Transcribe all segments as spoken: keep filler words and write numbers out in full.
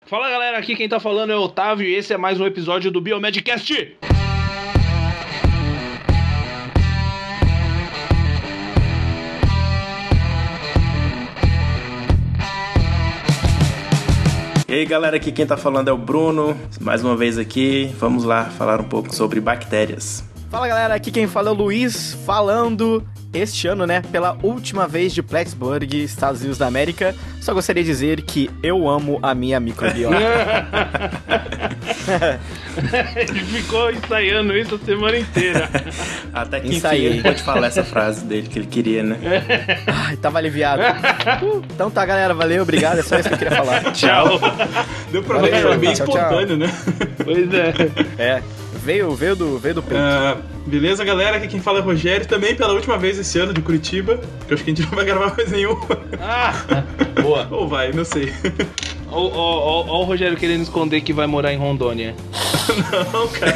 Fala galera, aqui quem tá falando é o Otávio e esse é mais um episódio do Biomedcast. E aí galera, aqui quem tá falando é o Bruno, mais uma vez aqui, vamos lá falar um pouco sobre bactérias. Fala galera, aqui quem fala é o Luiz, falando este ano, né, pela última vez de Plattsburgh, Estados Unidos da América. Só gostaria de dizer que eu amo a minha microbiota. Ele ficou ensaiando isso a semana inteira. Até que enfim ele pode falar essa frase dele que ele queria, né? Ai, tava aliviado. Uh, então tá galera, valeu, obrigado, é só isso que eu queria falar. Tchau. Deu pra ver que foi bem tchau, espontâneo, tchau. né? Pois é. É, veio, veio, do, veio do peito. Uh, beleza, galera? Aqui quem fala é o Rogério, também pela última vez esse ano de Curitiba, que eu acho que a gente não vai gravar mais nenhum. Ah, boa. Ou vai, não sei. Olha o Rogério querendo esconder que vai morar em Rondônia. Não, cara.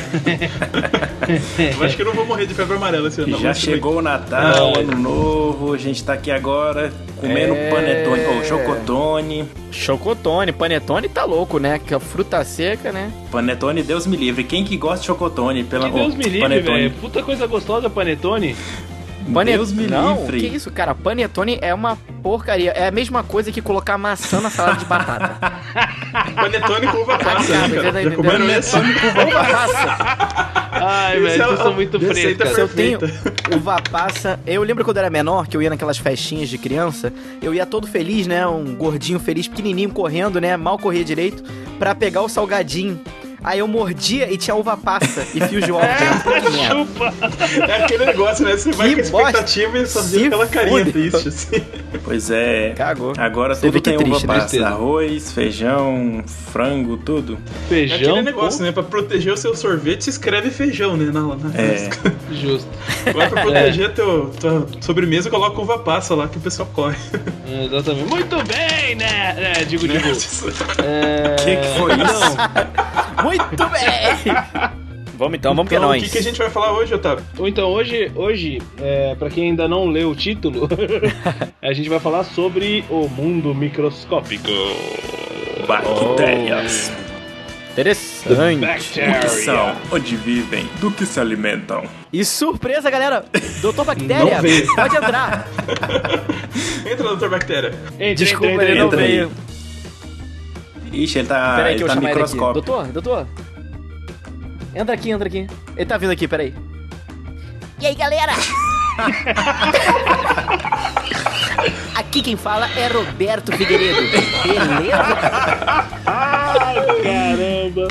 Eu acho que eu não vou morrer de febre amarela esse ano. Já chegou o Natal, não, Ano Novo, a gente tá aqui agora comendo é... panetone, ou chocotone. Chocotone, panetone tá louco, né? Que a fruta seca, né? Panetone, Deus me livre. Quem que gosta de chocotone? Pela... Que Deus oh, me livre, velho. Puta coisa gostosa, panetone. Panet... Deus me não, livre. Que isso, cara? Panetone é uma porcaria. É a mesma coisa que colocar maçã na salada de batata. Panetone com uva passa, ah, né, cara? tá Já comeram isso? Panetone com uva passa. Ai, velho, vocês são muito frescos. Se eu tenho uva passa... Eu lembro quando eu era menor, que eu ia naquelas festinhas de criança, eu ia todo feliz, né? Um gordinho feliz, pequenininho, correndo, né? Mal corria direito, pra pegar o salgadinho. Aí eu mordia e tinha uva passa e fios de ovo. É, chupa. É aquele negócio, né? Você vai Que com a expectativa e só vê aquela carinha triste, assim. Pois é. Cagou. Agora Você tudo tem triste, uva passa. Tristeza. Arroz, feijão, frango, tudo. Feijão. É aquele negócio, pô, né? Pra proteger o seu sorvete, se escreve feijão, né? Na, na É. Justo. Agora pra proteger é. teu, tua sobremesa, coloca uva passa lá que o pessoal corre. É, exatamente. Muito bem, né? É, digo, digo. É... Que que foi isso? Muito bem! Vamos então, vamos então, que é nóis. O que, que a gente vai falar hoje, Otávio? Então, hoje, hoje é, pra quem ainda não leu o título, a gente vai falar sobre o mundo microscópico. Bactérias. Oh. Interessante. O que são? Onde vivem? Do que se alimentam? E surpresa, galera! doutor Bactéria, pode entrar. Entra, doutor Bactéria. Entra, Desculpa, entra, ele não entra aí. veio. Ixi, ele tá, Peraí ele que eu tá chamo ele aqui. microscópio. Doutor, doutor. Entra aqui, entra aqui. Ele tá vindo aqui, peraí. E aí, galera? Aqui quem fala é Roberto Figueiredo. Beleza? Ai, caramba.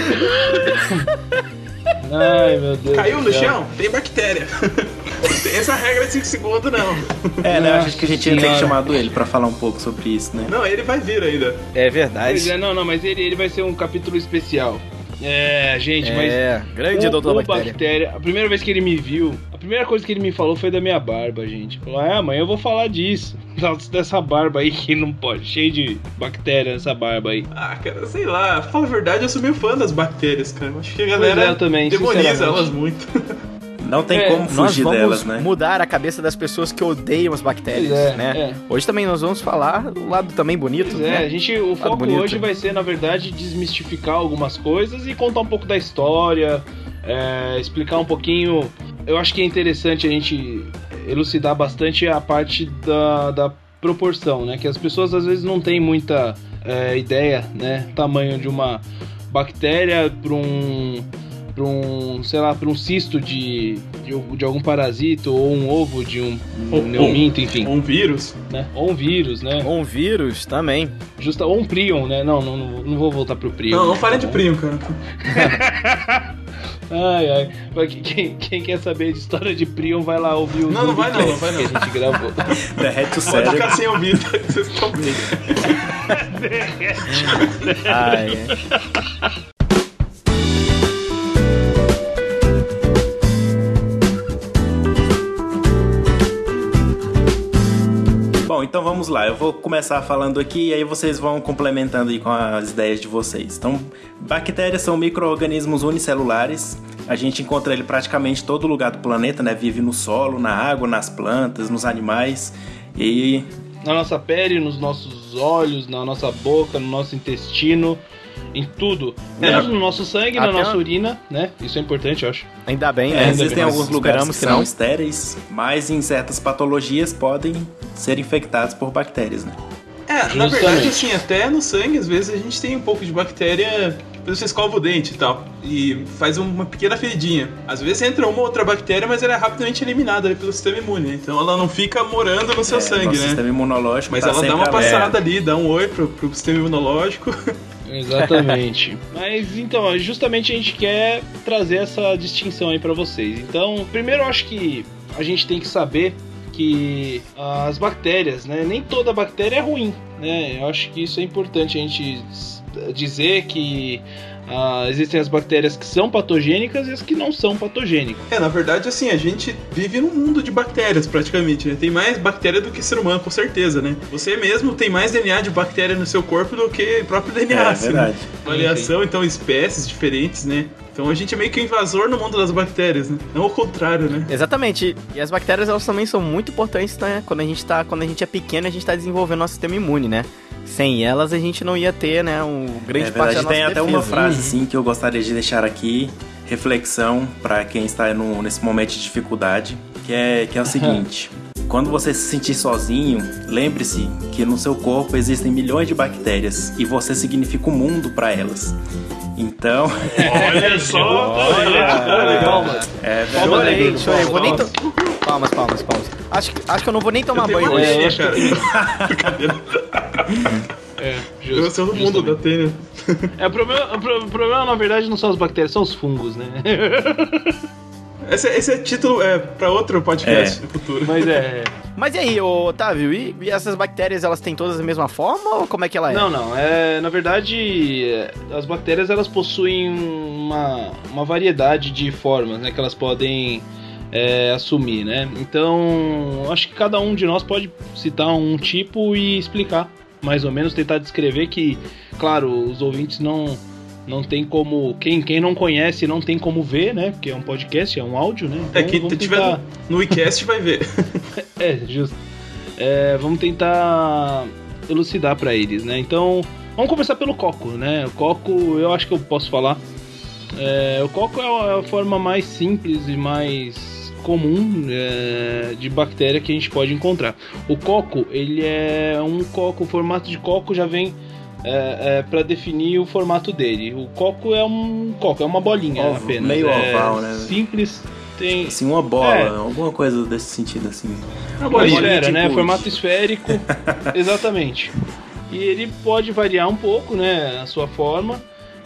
Ai, meu Deus. Caiu no chão? Tem bactéria. Tem essa regra de cinco segundos, não. É, né? Acho que a gente tinha Senhora. chamado ele pra falar um pouco sobre isso, né? Não, ele vai vir ainda. É Pois verdade. é, não, não, mas ele, ele vai ser um capítulo especial. É, gente, É, mas... grande o, doutor o Bactéria. Bactéria. A primeira vez que ele me viu, a primeira coisa que ele me falou foi da minha barba, gente. Falou, ah, amanhã eu vou falar disso. Dessa barba aí que não pode, cheio de bactéria nessa barba aí. Ah, cara, sei lá. Fala a verdade, eu sou meio fã das bactérias, cara. Acho que a Pois galera é, eu também, demoniza sinceramente. elas muito. Não tem É, como Nós fugir vamos delas, né? mudar a cabeça das pessoas que odeiam as bactérias, Pois é, né? é. Hoje também nós vamos falar do lado também bonito, Pois é, né? a gente, o foco bonito. hoje vai ser, na verdade, desmistificar algumas coisas e contar um pouco da história, é, explicar um pouquinho. Eu acho que é interessante a gente elucidar bastante a parte da, da proporção, né? Que as pessoas às vezes não têm muita é, ideia, né? Tamanho de uma bactéria para um, para um, sei lá, para um cisto de, de, de algum parasito ou um ovo de um, um Ou- neominto, enfim, Um vírus. né? Ou um vírus, né? Um vírus também. Justa, ou um prion, né? Não, não, não, não vou voltar pro prion. Não, não falem tá de bom? primo, cara. Ai, ai. Mas quem, quem quer saber de história de prion, vai lá ouvir o Não, não vai não, não vai não. que a gente gravou. Derrete o Pode cérebro. ficar sem ouvido, vocês estão bem. Ai, é. Bom, então vamos lá. Eu vou começar falando aqui e aí vocês vão complementando aí com as ideias de vocês. Então, bactérias são micro-organismos unicelulares. A gente encontra ele praticamente em todo lugar do planeta, né? Vive no solo, na água, nas plantas, nos animais. E na nossa pele, nos nossos olhos, na nossa boca, no nosso intestino, em tudo. Mesmo no nosso sangue, na Até nossa a- urina, né? Isso é importante, eu acho. Ainda bem, É, né? existem Nós alguns lugares que esperamos são não. estéreis, mas em certas patologias podem ser infectados por bactérias, né? É, na Justamente. verdade, assim, até no sangue, às vezes a gente tem um pouco de bactéria. Você escova o dente e tal, e faz uma pequena feridinha. Às vezes entra uma ou outra bactéria, mas ela é rapidamente eliminada ali pelo sistema imune, né? Então ela não fica morando no seu É, sangue, nosso né? sistema imunológico Mas tá ela dá sempre uma alerta. passada ali, dá um oi pro, pro sistema imunológico. Exatamente. Mas então, justamente a gente quer trazer essa distinção aí pra vocês. Então, primeiro eu acho que a gente tem que saber que as bactérias, né? Nem toda bactéria é ruim, né? Eu acho que isso é importante a gente dizer que ah, existem as bactérias que são patogênicas e as que não são patogênicas. É, na verdade, assim, a gente vive num mundo de bactérias, praticamente, né? Tem mais bactéria do que ser humano, com certeza, né? Você mesmo tem mais D N A de bactéria no seu corpo do que próprio D N A, É, assim, verdade. né? Variação, então, espécies diferentes, né? Então a gente é meio que um invasor no mundo das bactérias, né? Não ao contrário, né? Exatamente. E as bactérias, elas também são muito importantes, né? Quando a gente tá, quando a gente é pequeno, a gente tá desenvolvendo nosso sistema imune, né? Sem elas, a gente não ia ter, né, um grande É parte da verdade, nossa tem até defesa. uma frase assim que eu gostaria de deixar aqui, reflexão para quem está no, nesse momento de dificuldade, que é, que é o seguinte: quando você se sentir sozinho, lembre-se que no seu corpo existem milhões de bactérias e você significa o mundo para elas. Então, Olha só! Olha, legal, mano. é Palmas aí, Chorei, Bruno, chorei. Vou nem palmas. to... Palmas, palmas, palmas. Acho, que- acho que eu não vou nem tomar Eu tenho banho uma hoje. É, ideia, acho cara. Brincadeira. É, Eu justo, sou do mundo da justamente. tênis. É, o problema, o pro- o problema, na verdade, não são as bactérias, são os fungos, né? Esse, esse é título é, pra outro podcast É. no futuro. Mas é. Mas e aí, ô, Otávio, e, e essas bactérias, elas têm todas a mesma forma ou como é que ela é? Não, não. É, na verdade, é, as bactérias elas possuem uma, uma variedade de formas, né, que elas podem é, assumir, né? Então, acho que cada um de nós pode citar um tipo e explicar, mais ou menos, tentar descrever que, claro, os ouvintes não não tem como, quem quem não conhece não tem como ver, né? Porque é um podcast, é um áudio, né? Então, É que vamos tiver tentar... no WeCast vai ver. É, justo. É, vamos tentar elucidar pra eles, né? Então, vamos começar pelo coco, né? O coco, eu acho que eu posso falar. É, o coco é a, é a forma mais simples e mais comum é, de bactéria que a gente pode encontrar. O coco, ele é um coco, o formato de coco já vem é, é, para definir o formato dele. O coco é um coco, é uma bolinha Ovo, apenas. meio é oval, né? Simples, tem assim, uma bola, É. alguma coisa desse sentido assim. Uma uma bolinha. esfera, tipo né? de- Formato esférico, exatamente. E ele pode variar um pouco, né? A sua forma,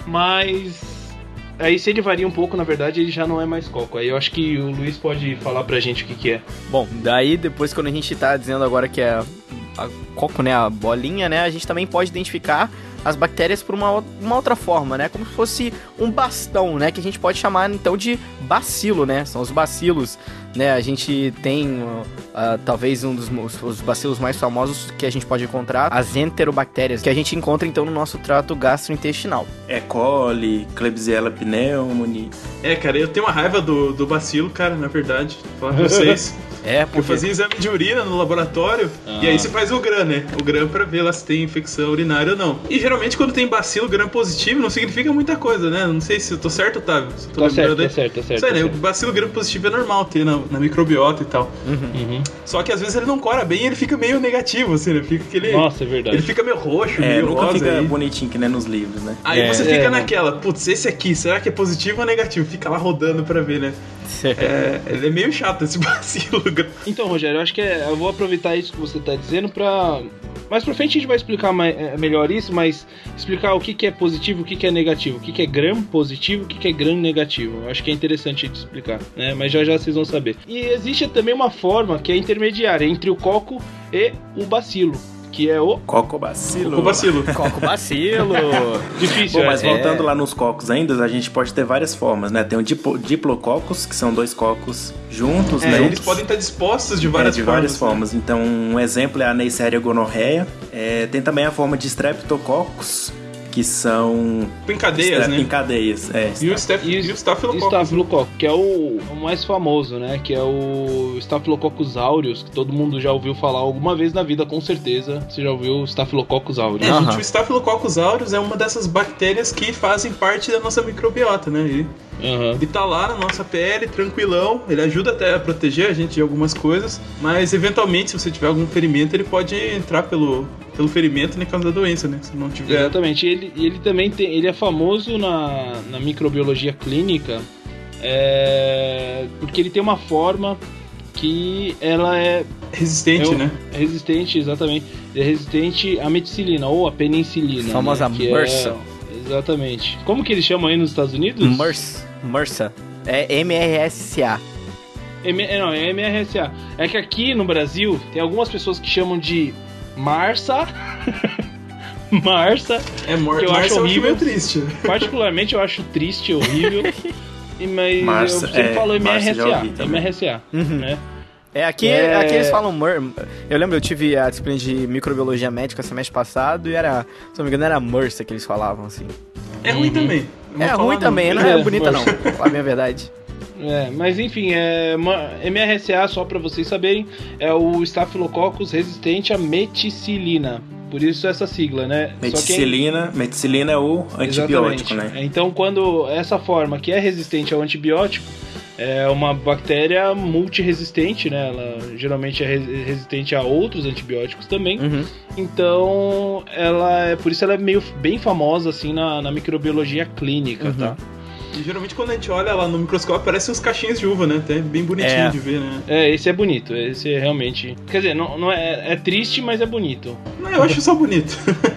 mas aí se ele varia um pouco, na verdade, ele já não é mais coco. Aí eu acho que o Luiz pode falar pra gente o que que é. Bom, daí depois quando a gente tá dizendo agora que é a coco, né, a bolinha, né, a gente também pode identificar as bactérias por uma, o- uma outra forma, né, como se fosse um bastão, né, que a gente pode chamar então de bacilo, né, são os bacilos, né, a gente tem uh, uh, talvez um dos os, os bacilos mais famosos que a gente pode encontrar, as enterobactérias, que a gente encontra então no nosso trato gastrointestinal. E. coli, Klebsiella pneumoniae. É, cara, eu tenho uma raiva do, do bacilo, cara, na verdade. Vou falar pra vocês. É, Eu porque... fazia exame de urina no laboratório Ah. e aí você faz o gram, né? O gram pra ver lá se tem infecção urinária ou não. E geralmente quando tem bacilo gram positivo não significa muita coisa, né? Não sei se eu tô certo, Otávio. Se eu tô Tá certo, lembrando aí. tá certo, tá certo. Isso aí, tá né? O certo. bacilo gram positivo é normal ter na, na microbiota e tal. Uhum. Só que às vezes ele não cora bem e ele fica meio negativo, assim, né? Fica aquele. Nossa, é verdade. Ele fica meio roxo, É, meio nunca rosa. fica aí. bonitinho que nem nos livros, né? Aí É. você fica É, naquela, putz, esse aqui, será que é positivo ou negativo? Fica lá rodando pra ver, né? É, ele é meio chato esse bacilo. Então, Rogério, eu acho que é, eu vou aproveitar isso que você tá dizendo pra... Mais pra frente a gente vai explicar mais, é, melhor isso, mas explicar o que, que é positivo, o que, que é negativo, o que, que é gram positivo, o que, que é gram negativo. Eu acho que é interessante a gente explicar, né? Mas já já vocês vão saber. E existe também uma forma que é intermediária entre o coco e o bacilo, que é o... Cocobacilo. O bacilo. Coco bacilo. Difícil, Bom, mas é. voltando É. lá nos cocos ainda, a gente pode ter várias formas, né? Tem o diplo, diplococos, que são dois cocos juntos, É, né? eles podem estar dispostos de É, várias de formas. várias né? formas. Então, um exemplo é a Neisseria gonorrhea. É, tem também a forma de Streptococcus, que que são... Em cadeias, né? Em cadeias, é. E o, Staph... e o Staphylococcus. Staphylococcus, que é o, o mais famoso, né? Que é o Staphylococcus aureus, que todo mundo já ouviu falar alguma vez na vida, com certeza. Você já ouviu o Staphylococcus aureus. É, Uhum. gente, o Staphylococcus aureus é uma dessas bactérias que fazem parte da nossa microbiota, né? Ele, Uhum. ele tá lá na nossa pele, tranquilão, ele ajuda até a proteger a gente de algumas coisas, mas eventualmente, se você tiver algum ferimento, ele pode entrar pelo, pelo ferimento, né, causa da doença, né? Se não tiver... Exatamente. Ele, ele também tem, ele é famoso na, na microbiologia clínica, é, porque ele tem uma forma que ela é Resistente, é, né? É resistente, exatamente. É resistente à meticilina ou à penicilina. A famosa né, que MRSA. É, exatamente. Como que eles chamam aí nos Estados Unidos? MRSA. MRSA. É M R S A. M, não, é M R S A. É que aqui no Brasil tem algumas pessoas que chamam de Marsa. Marsa. É morte, que eu mas acho eu acho horrível. meio triste. Particularmente eu acho triste, horrível. E, mas Marsa, eu sempre é, falo Marsa já M R S A. ouvi também. M R S A, Uhum. né? É, aqui, É. aqui eles falam MR... Eu lembro, eu tive a disciplina de microbiologia médica semestre passado e era, se não me engano, era MRSA que eles falavam, assim. É ruim Uhum. também. Eu É vou ruim falar, também, não É, é bonita não, MRSA. pra falar a minha verdade. É, mas enfim, é, uma- M R S A, só pra vocês saberem, é o Staphylococcus resistente à meticilina. Por isso essa sigla, né? Só que- Meticilina, meticilina é o antibiótico, Exatamente. né? Então, quando essa forma que é resistente ao antibiótico é uma bactéria multiresistente, né? Ela geralmente é re- resistente a outros antibióticos também. Uhum. Então, ela é por isso ela é meio bem famosa assim na, na microbiologia clínica, Uhum. tá? E geralmente quando a gente olha lá no microscópio, parece uns caixinhos de uva, né? Até bem bonitinho É. de ver, né? É, esse é bonito, esse é realmente. Quer dizer, não, não é, é triste, mas é bonito. Não, eu acho só bonito.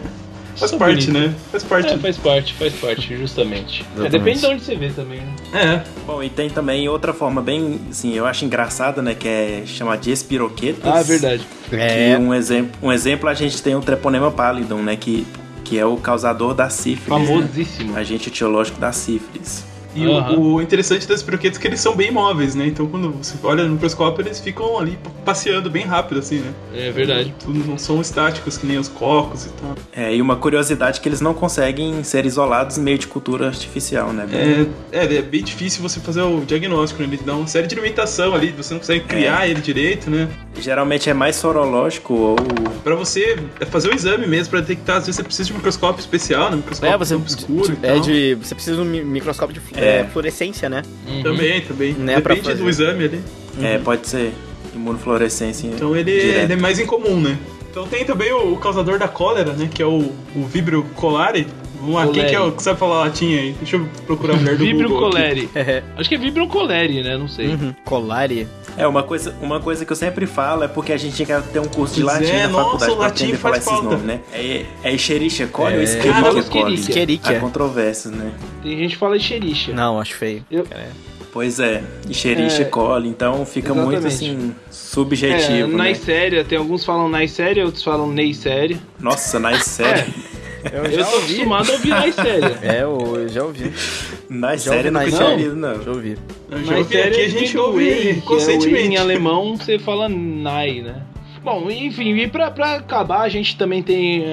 Faz Só parte, bonito. né? Faz parte. É, faz parte, faz parte, justamente. É, Exatamente. depende de onde você vê também, né? É. Bom, e tem também outra forma bem, assim, eu acho engraçada, né? Que é chamada de espiroquetas. Ah, é verdade. Que É, um exemplo, um exemplo a gente tem o Treponema pallidum, né? Que, que é o causador da sífilis. Né? Famosíssimo. Agente etiológico da sífilis. E Aham. o, o interessante das piroquetas é que eles são bem móveis, né? Então quando você olha no microscópio, eles ficam ali passeando bem rápido, assim, né? É verdade. Tudo não são estáticos que nem os cocos e tal. É, e uma curiosidade que eles não conseguem ser isolados em meio de cultura artificial, né? É, é, é bem difícil você fazer o diagnóstico, né? Ele dá uma série de limitação ali, você não consegue criar ele direito, né? Geralmente é mais sorológico ou... Pra você fazer o exame mesmo, pra detectar, às vezes você precisa de um microscópio especial, né? Um microscópio é, você, escuro e é tal. de, você precisa de um mi- microscópio de É. é, fluorescência, né? Uhum. Também, também. Né, pra Depende fazer. do exame ali. É, pode ser imunofluorescência. Então ele, direto. ele é mais incomum, né? Então tem também o, o causador da cólera, né? Que é o, o Vibrio cholerae. Vamos lá, quem que é o que sabe falar latim aí? Deixa eu procurar a mulher do Vibrio Google aqui. choleri. É. Acho que é Vibrio choleri, né? Não sei. Uhum. Colari. É, uma coisa, uma coisa que eu sempre falo é porque a gente tinha que ter um curso de Pois latim é, na nossa, faculdade o pra latim aprender a falar faz esses falta. nomes, né? É, é Escherichia coli ou É. Escherichia Caramba, coli? Escherichia. Há controvérsias, né? Tem gente que fala Escherichia. Não, acho feio. Eu- Pois é, Escherichia É, coli, então fica muito exatamente. assim, É, subjetivo, né? Neisseria, tem alguns falam Neisseria, outros falam Neisseria. Nossa, nas série. Eu Eu tô acostumado a ouvir Neisseria. É, eu já ouvi. Nas Já série ouvi nunca nas- tinha não. ouvido, não. Já ouvi. Eu já ouvi Neisseria aqui, a gente vem do ouve Whey, que é o Whey constantemente. em alemão você fala Nai, né? Bom, enfim, e pra, pra acabar, a gente também tem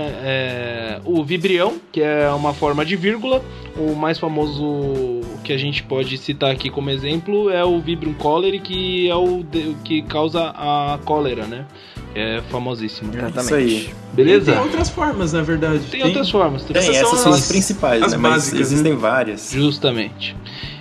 é, o vibrião, que é uma forma de vírgula. O mais famoso que a gente pode citar aqui como exemplo é o Vibrio choleri, que é o de- que causa a cólera, né? É famosíssimo. Exatamente. Isso aí. Beleza? Tem outras formas, na verdade. Tem outras formas. Tem, também. Essas essas são são as- as principais, as né? Mas básicas, existem várias. Justamente.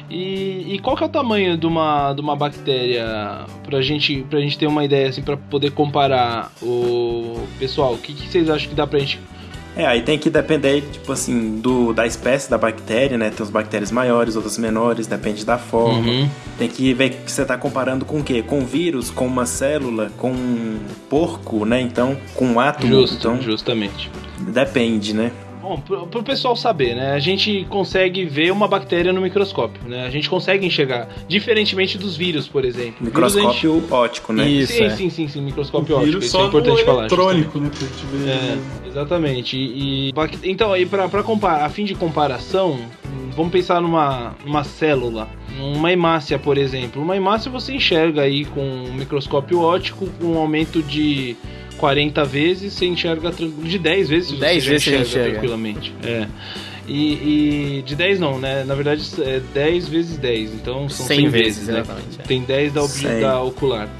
E, e qual que é o tamanho de uma, de uma bactéria pra gente, pra gente ter uma ideia, assim, pra poder comparar o pessoal? O que, que vocês acham que dá pra gente... É, aí tem que depender, tipo assim, do, da espécie da bactéria, né? Tem as bactérias maiores, outras menores, depende da forma. Uhum. Tem que ver que você tá comparando com o quê? Com vírus, com uma célula, com um porco, né? Então, com um átomo. Justo, então, justamente. depende, né? Bom, pro, pro pessoal saber, né? A gente consegue ver uma bactéria no microscópio, né? A gente consegue enxergar, diferentemente dos vírus, por exemplo. Vírus a gente- Microscópio óptico, né? Isso, sim, é. sim, sim, sim, O microscópio óptico. vírus Isso só é importante no falar. eletrônico, né? Pra gente ver. É, exatamente. E, e bac- então, aí para para comparar, a fim de comparação, hum, vamos pensar numa, numa célula, uma hemácia, por exemplo. Uma hemácia você enxerga aí com um microscópio óptico com um aumento de quarenta vezes, você enxerga de dez vezes, dez você vezes já enxerga, enxerga tranquilamente. É. E, e de dez não, né? Na verdade é dez vezes dez, então são cem, cem vezes, né? Exatamente. Tem dez da, obje- da ocular.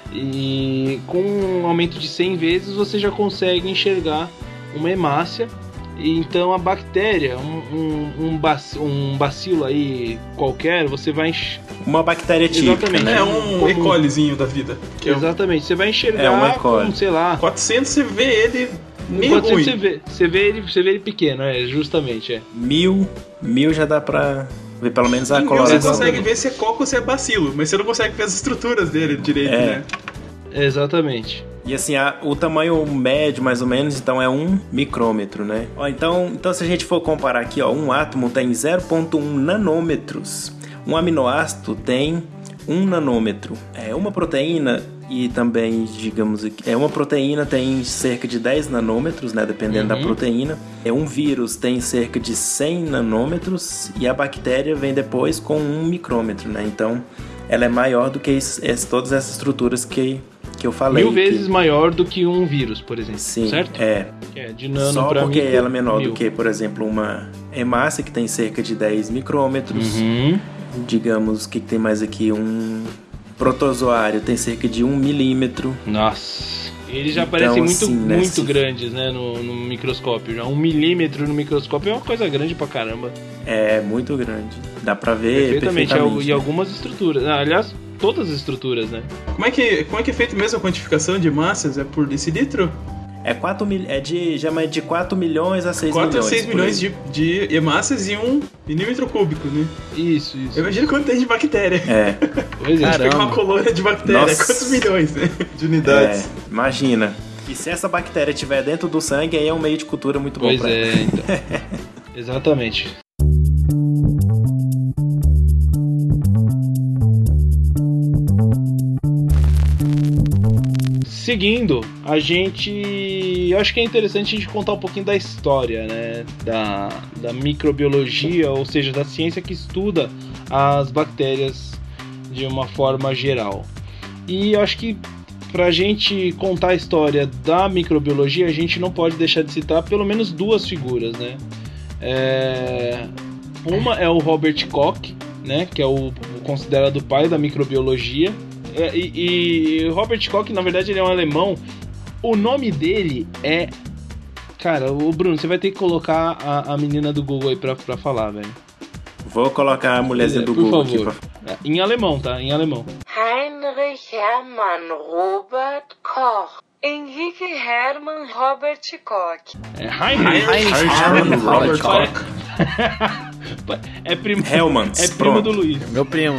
E com um aumento de cem vezes você já consegue enxergar uma hemácia. E então a bactéria, um, um, um, bac- um bacilo aí qualquer, você vai enx... Uma bactéria típica, Exatamente. né? É um Como- E. colizinho da vida. Que é um Exatamente, você vai enxergar É um E. coli. com, sei lá, quatrocentos você vê ele meio quatrocentos ruim. você vê, você vê ele, você vê ele pequeno, é, justamente, é. Mil, mil já dá pra ver pelo menos a Em mil você coloração. consegue ver se é coco ou se é bacilo, mas você não consegue ver as estruturas dele direito, É. né? Exatamente. E assim, a- o tamanho médio, mais ou menos, então é um micrômetro, né? Ó, então, então, se a gente for comparar aqui, ó, um átomo tem zero vírgula um nanômetros. Um aminoácido tem um nanômetro. É uma proteína e também, digamos aqui, é uma proteína tem cerca de dez nanômetros, né? Dependendo Uhum. da proteína. É um vírus tem cerca de cem nanômetros e a bactéria vem depois com um micrômetro, né? Então, ela é maior do que es- es- todas essas estruturas que que eu falei. Mil que- vezes maior do que um vírus, por exemplo, Sim, certo? é. É, de nano Só pra porque micro, ela é menor mil. do que, por exemplo, uma hemácia que tem cerca de dez micrômetros. Uhum. Digamos que tem mais aqui um protozoário, tem cerca de um milímetro. Nossa. Eles já Então, parecem muito, assim, né, muito se- grandes, né, no, no microscópio. Já um milímetro no microscópio é uma coisa grande pra caramba. É muito grande. Dá pra ver Perfeitamente. perfeitamente. E algumas estruturas. Ah, aliás, todas as estruturas, né? Como é, que, como é que é feito mesmo a quantificação de massas? É por decilitro? É quatro mil, é de, já é de quatro milhões a seis quatro milhões. a seis por milhões aí. de, de hemácias em um milímetro cúbico, né? Isso, isso. Eu imagino quanto tem de bactéria. É, Pois é. Cara, Pegar uma Caramba. colônia de bactéria, Nossa. quantos milhões, né? De é, unidades. imagina. E se essa bactéria estiver dentro do sangue, aí é um meio de cultura muito bom Pois pra ela. é, então. Exatamente. Seguindo, a gente. Eu acho que é interessante a gente contar um pouquinho da história, né? Da, da microbiologia, ou seja, da ciência que estuda as bactérias de uma forma geral. E eu acho que pra gente contar a história da microbiologia, a gente não pode deixar de citar pelo menos duas figuras, né? É... Uma é o Robert Koch, né? Que é o, o considerado pai da microbiologia. É, E, e Robert Koch, na verdade, ele é um alemão. O nome dele é... Cara, o Bruno, você vai ter que colocar a, a menina do Google aí pra, pra falar, velho. Vou colocar a mulherzinha do Por Google favor. aqui pra... É, em alemão, tá? Em alemão. Heinrich Hermann Robert Koch. Henrique Hermann Robert Koch. É Heinrich. Heinrich Hermann Robert Pare- Koch. É primo, Hellmans, é primo pronto. do Luiz. Meu primo.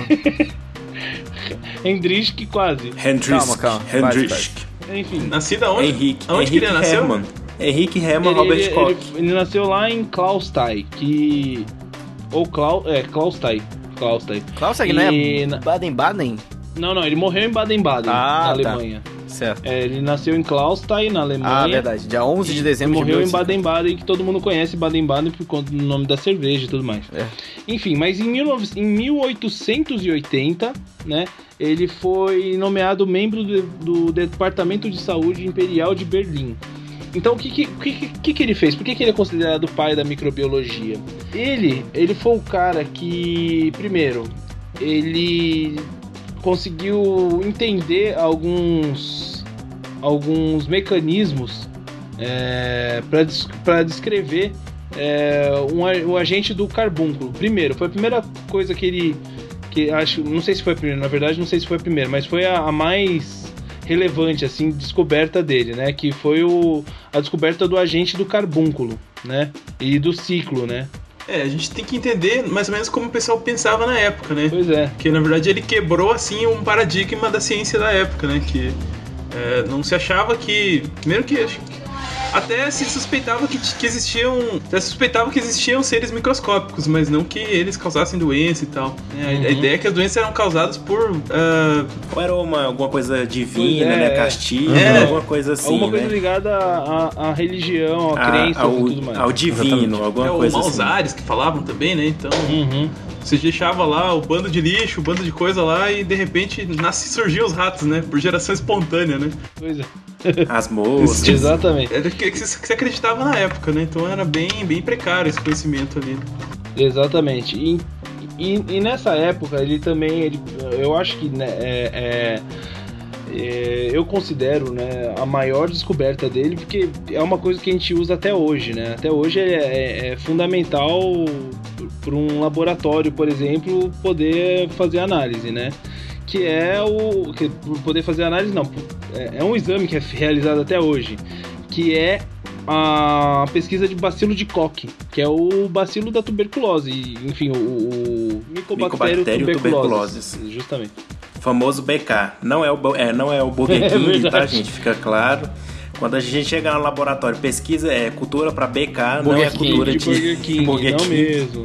Hendrich quase. Hendrich. Calma, calma. Hendrich. Enfim. Nascido aonde? Henrique. Aonde que Henrique ele nasceu? Hermann. Henrique Hermann Ele, Robert ele, Koch. ele, ele nasceu lá em Klausthal, que... Ou Klau... É, Klausthal. Klausthal. Klaus, que não é E na- Baden-Baden? Não, não, ele morreu em Baden-Baden, Ah, na tá. Alemanha. Certo. É, ele nasceu em Klausthal, na Alemanha. Ah, verdade. Dia onze de E dezembro de morreu mil e em oitocentos. Baden-Baden, que todo mundo conhece Baden-Baden por conta do nome da cerveja e tudo mais. É. Enfim, mas em, dezenove em mil oitocentos e oitenta, né, ele foi nomeado membro do, do Departamento de Saúde Imperial de Berlim. Então, o que que, que, que, que ele fez? Por que, que ele é considerado o pai da microbiologia? Ele, ele foi o cara que, primeiro, ele conseguiu entender alguns, alguns mecanismos é, para descrever é, um, a- o agente do carbúnculo. Primeiro, foi a primeira coisa que ele... Que acho, não sei se foi a primeira, na verdade não sei se foi a primeira, mas foi a, a mais relevante, assim, descoberta dele, né? Que foi o, a descoberta do agente do carbúnculo, né? E do ciclo, né? É, a gente tem que entender mais ou menos como o pessoal pensava na época, né? Pois é. Porque na verdade ele quebrou assim um paradigma da ciência da época, né? Que é, não se achava que. Primeiro que acho que até se suspeitava que, que existiam. Até se suspeitava que existiam seres microscópicos, mas não que eles causassem doença e tal. É, a- Uhum. A ideia é que as doenças eram causadas por. ah, Ou era uma, alguma coisa divina, Pois é, né? é. Castigo, É. alguma coisa assim, Alguma coisa né? ligada à, à- à religião, à A- crença ao, e tudo mais. ao divino, alguma é, o coisa Maus assim. Ares que falavam também, né? Então. Uhum. Você deixava lá o bando de lixo, o bando de coisa lá e de repente nasce surgiam os ratos, né? Por geração espontânea, né? Pois é. As moscas. Exatamente. Era o que você acreditava na época, né? Então era bem, bem precário esse conhecimento ali. Exatamente. E, e, e nessa época ele também, ele, eu acho que né, é, é, é, eu considero né, a maior descoberta dele, porque é uma coisa que a gente usa até hoje, né? Até hoje é, é, é fundamental para um laboratório, por exemplo, poder fazer análise, né? Que é o... Que, poder fazer análise, não. É, é um exame que é realizado até hoje, que é a pesquisa de bacilo de Koch, que é o bacilo da tuberculose, enfim, o, o Mycobacterium tuberculosis, tuberculosis, justamente. O famoso B K. Não é o, é, não é o Burger King, é tá, gente? Fica claro. Quando a gente chega no laboratório, pesquisa é cultura para B K, Burger não é King, cultura de de Burger King, Burger não King. mesmo.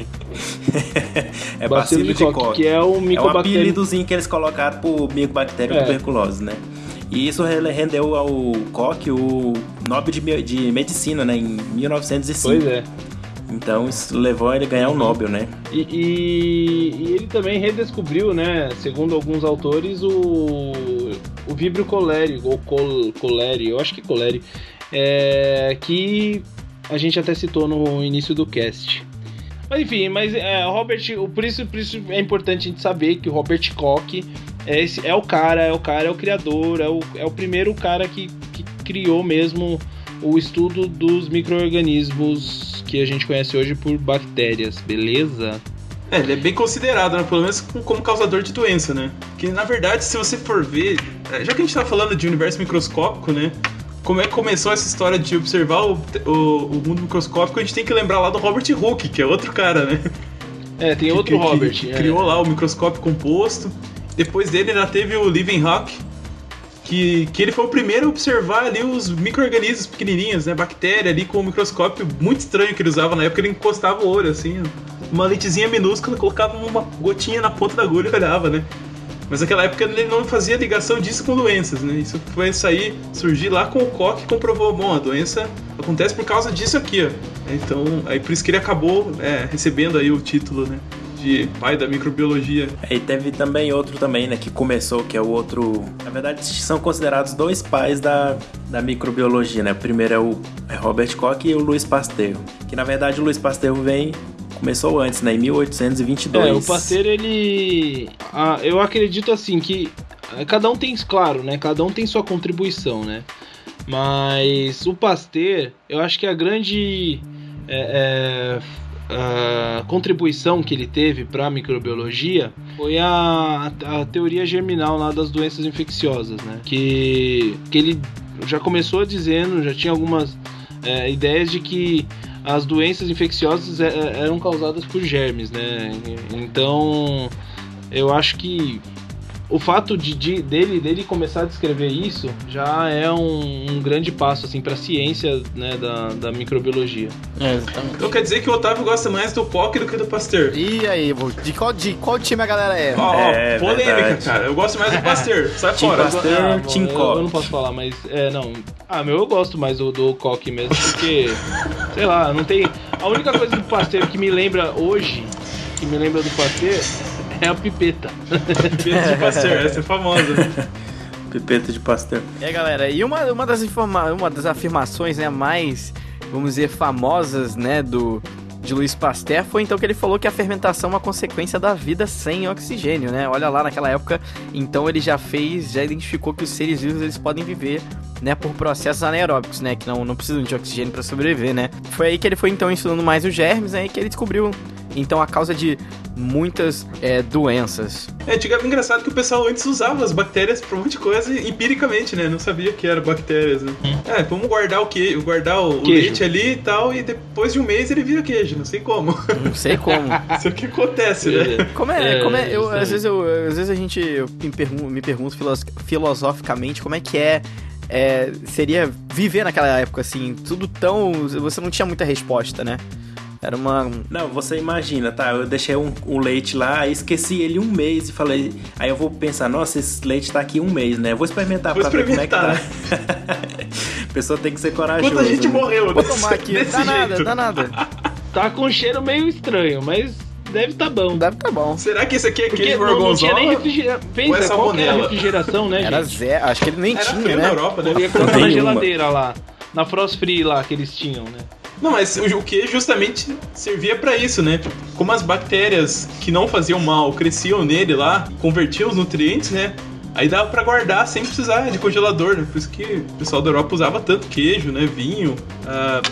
É bacilo, bacilo de, de Koch, Koch, que é o Mycobacterium... É o apelidozinho que eles colocaram pro Mycobacterium é. tuberculose, né? E isso rendeu ao Koch o Nobel de, de Medicina, né? Em mil novecentos e cinco. Pois é. Então isso levou ele a ganhar o Nobel, né? E, e, e ele também redescobriu, né? Segundo alguns autores, o, o Vibrio cholerae, ou col, cholerae, eu acho que cholerae, é, que a gente até citou no início do cast. Mas enfim, mas é, Robert, por isso, por isso é importante a gente saber que o Robert Koch é, esse, é o cara, é o cara, é o criador, é o, é o primeiro cara que, que criou mesmo o estudo dos micro-organismos que a gente conhece hoje por bactérias, beleza? É, ele é bem considerado, né? Pelo menos como causador de doença, né? Que na verdade, se você for ver, já que a gente tá falando de universo microscópico, né? Como é que começou essa história de observar o, o, o mundo microscópico, a gente tem que lembrar lá do Robert Hooke, que é outro cara, né? É, tem outro que, Robert. Que, que é. criou lá o microscópio composto. Depois dele ainda teve o Leeuwenhoek, que, que ele foi o primeiro a observar ali os micro-organismos pequenininhos, né? Bactéria ali com um microscópio muito estranho que ele usava na época, ele encostava o olho assim, uma lentezinha minúscula, colocava uma gotinha na ponta da agulha e olhava, né? Mas naquela época ele não fazia ligação disso com doenças, né? Isso foi sair, surgir lá com o Koch, que comprovou, bom, a doença acontece por causa disso aqui, ó. Então, aí por isso que ele acabou é, recebendo aí o título, né? De pai da microbiologia. E teve também outro também, né, que começou, que é o outro... Na verdade, são considerados dois pais da, da microbiologia, né? O primeiro é o é Robert Koch e o Louis Pasteur. Que, na verdade, o Louis Pasteur vem... Começou antes, né? Em mil oitocentos e vinte e dois. É, o Pasteur, ele... Ah, eu acredito, assim, que... Cada um tem, claro, né? Cada um tem sua contribuição, né? Mas o Pasteur, eu acho que a grande... É, é... A contribuição que ele teve para a microbiologia foi a, a teoria germinal lá das doenças infecciosas, né? Que, que ele já começou dizendo, já tinha algumas é, ideias de que as doenças infecciosas é, eram causadas por germes, né? Então, eu acho que o fato de, de, dele, dele começar a descrever isso já é um, um grande passo assim, para a ciência, né, da, da microbiologia. É, exatamente. Então quer dizer que o Otávio gosta mais do Koch do que do Pasteur. E aí, de qual, de qual time a galera é? Ó, é, polêmica, verdade. Cara. Eu gosto mais do Pasteur. Sai Team fora. Pasteur, Ah, Team eu, Koch. eu não posso falar, mas é, não. Ah, meu, eu gosto mais do, do Koch mesmo, porque, sei lá, não tem... A única coisa do Pasteur que me lembra hoje, que me lembra do Pasteur, é a pipeta. Pipeta de Pasteur, essa é famosa. Pipeta de Pasteur. É, galera, e uma, uma, das, informa- uma das afirmações, né, mais, vamos dizer, famosas, né, do, de Louis Pasteur foi então que ele falou que a fermentação é uma consequência da vida sem oxigênio, né? Olha lá, naquela época, então ele já fez, já identificou que os seres vivos eles podem viver, né, por processos anaeróbicos, né, que não, não precisam de oxigênio para sobreviver, né? Foi aí que ele foi então estudando mais os germes, né, e que ele descobriu então a causa de muitas é, doenças. É, antigamente, engraçado que o pessoal antes usava as bactérias pra um monte de coisa empiricamente, né? Não sabia que eram bactérias, né? Hum. É, vamos guardar o que, guardar o queijo. leite ali e tal, e depois de um mês ele vira queijo, não sei como. Não sei como. Isso é o que acontece, né? Como é, É, como é eu, é. às vezes eu, às vezes a gente eu me pergunto, me pergunto filos- filosoficamente como é que é, é seria viver naquela época assim, tudo tão, você não tinha muita resposta, né? Era uma... Não, você imagina, tá? Eu deixei um, um leite lá, aí esqueci ele um mês e falei... Aí eu vou pensar, nossa, esse leite tá aqui um mês, né? Eu vou experimentar Vou pra experimentar. ver como é que tá. A pessoa tem que ser corajosa. Quanta gente né? morreu Vou desse, tomar aqui, desse dá nada, jeito. dá nada. Tá com um cheiro meio estranho, mas deve tá bom. Deve tá bom. Será que esse aqui é Porque queijo não, não gorgonzola? tinha nem refrigeração. ou é Pensa, qual que era a salmonela? refrigeração, né, Era gente? zero, acho que ele nem Era tinha, frio né? na Europa, né? Eu ia colocar na Nenhuma. geladeira lá. Na Frost Free lá que eles tinham, né? Não, mas o, o queijo justamente servia pra isso, né? Como as bactérias que não faziam mal cresciam nele lá, convertiam os nutrientes, né? Aí dava pra guardar sem precisar de congelador, né? Por isso que o pessoal da Europa usava tanto queijo, né? Vinho, ah,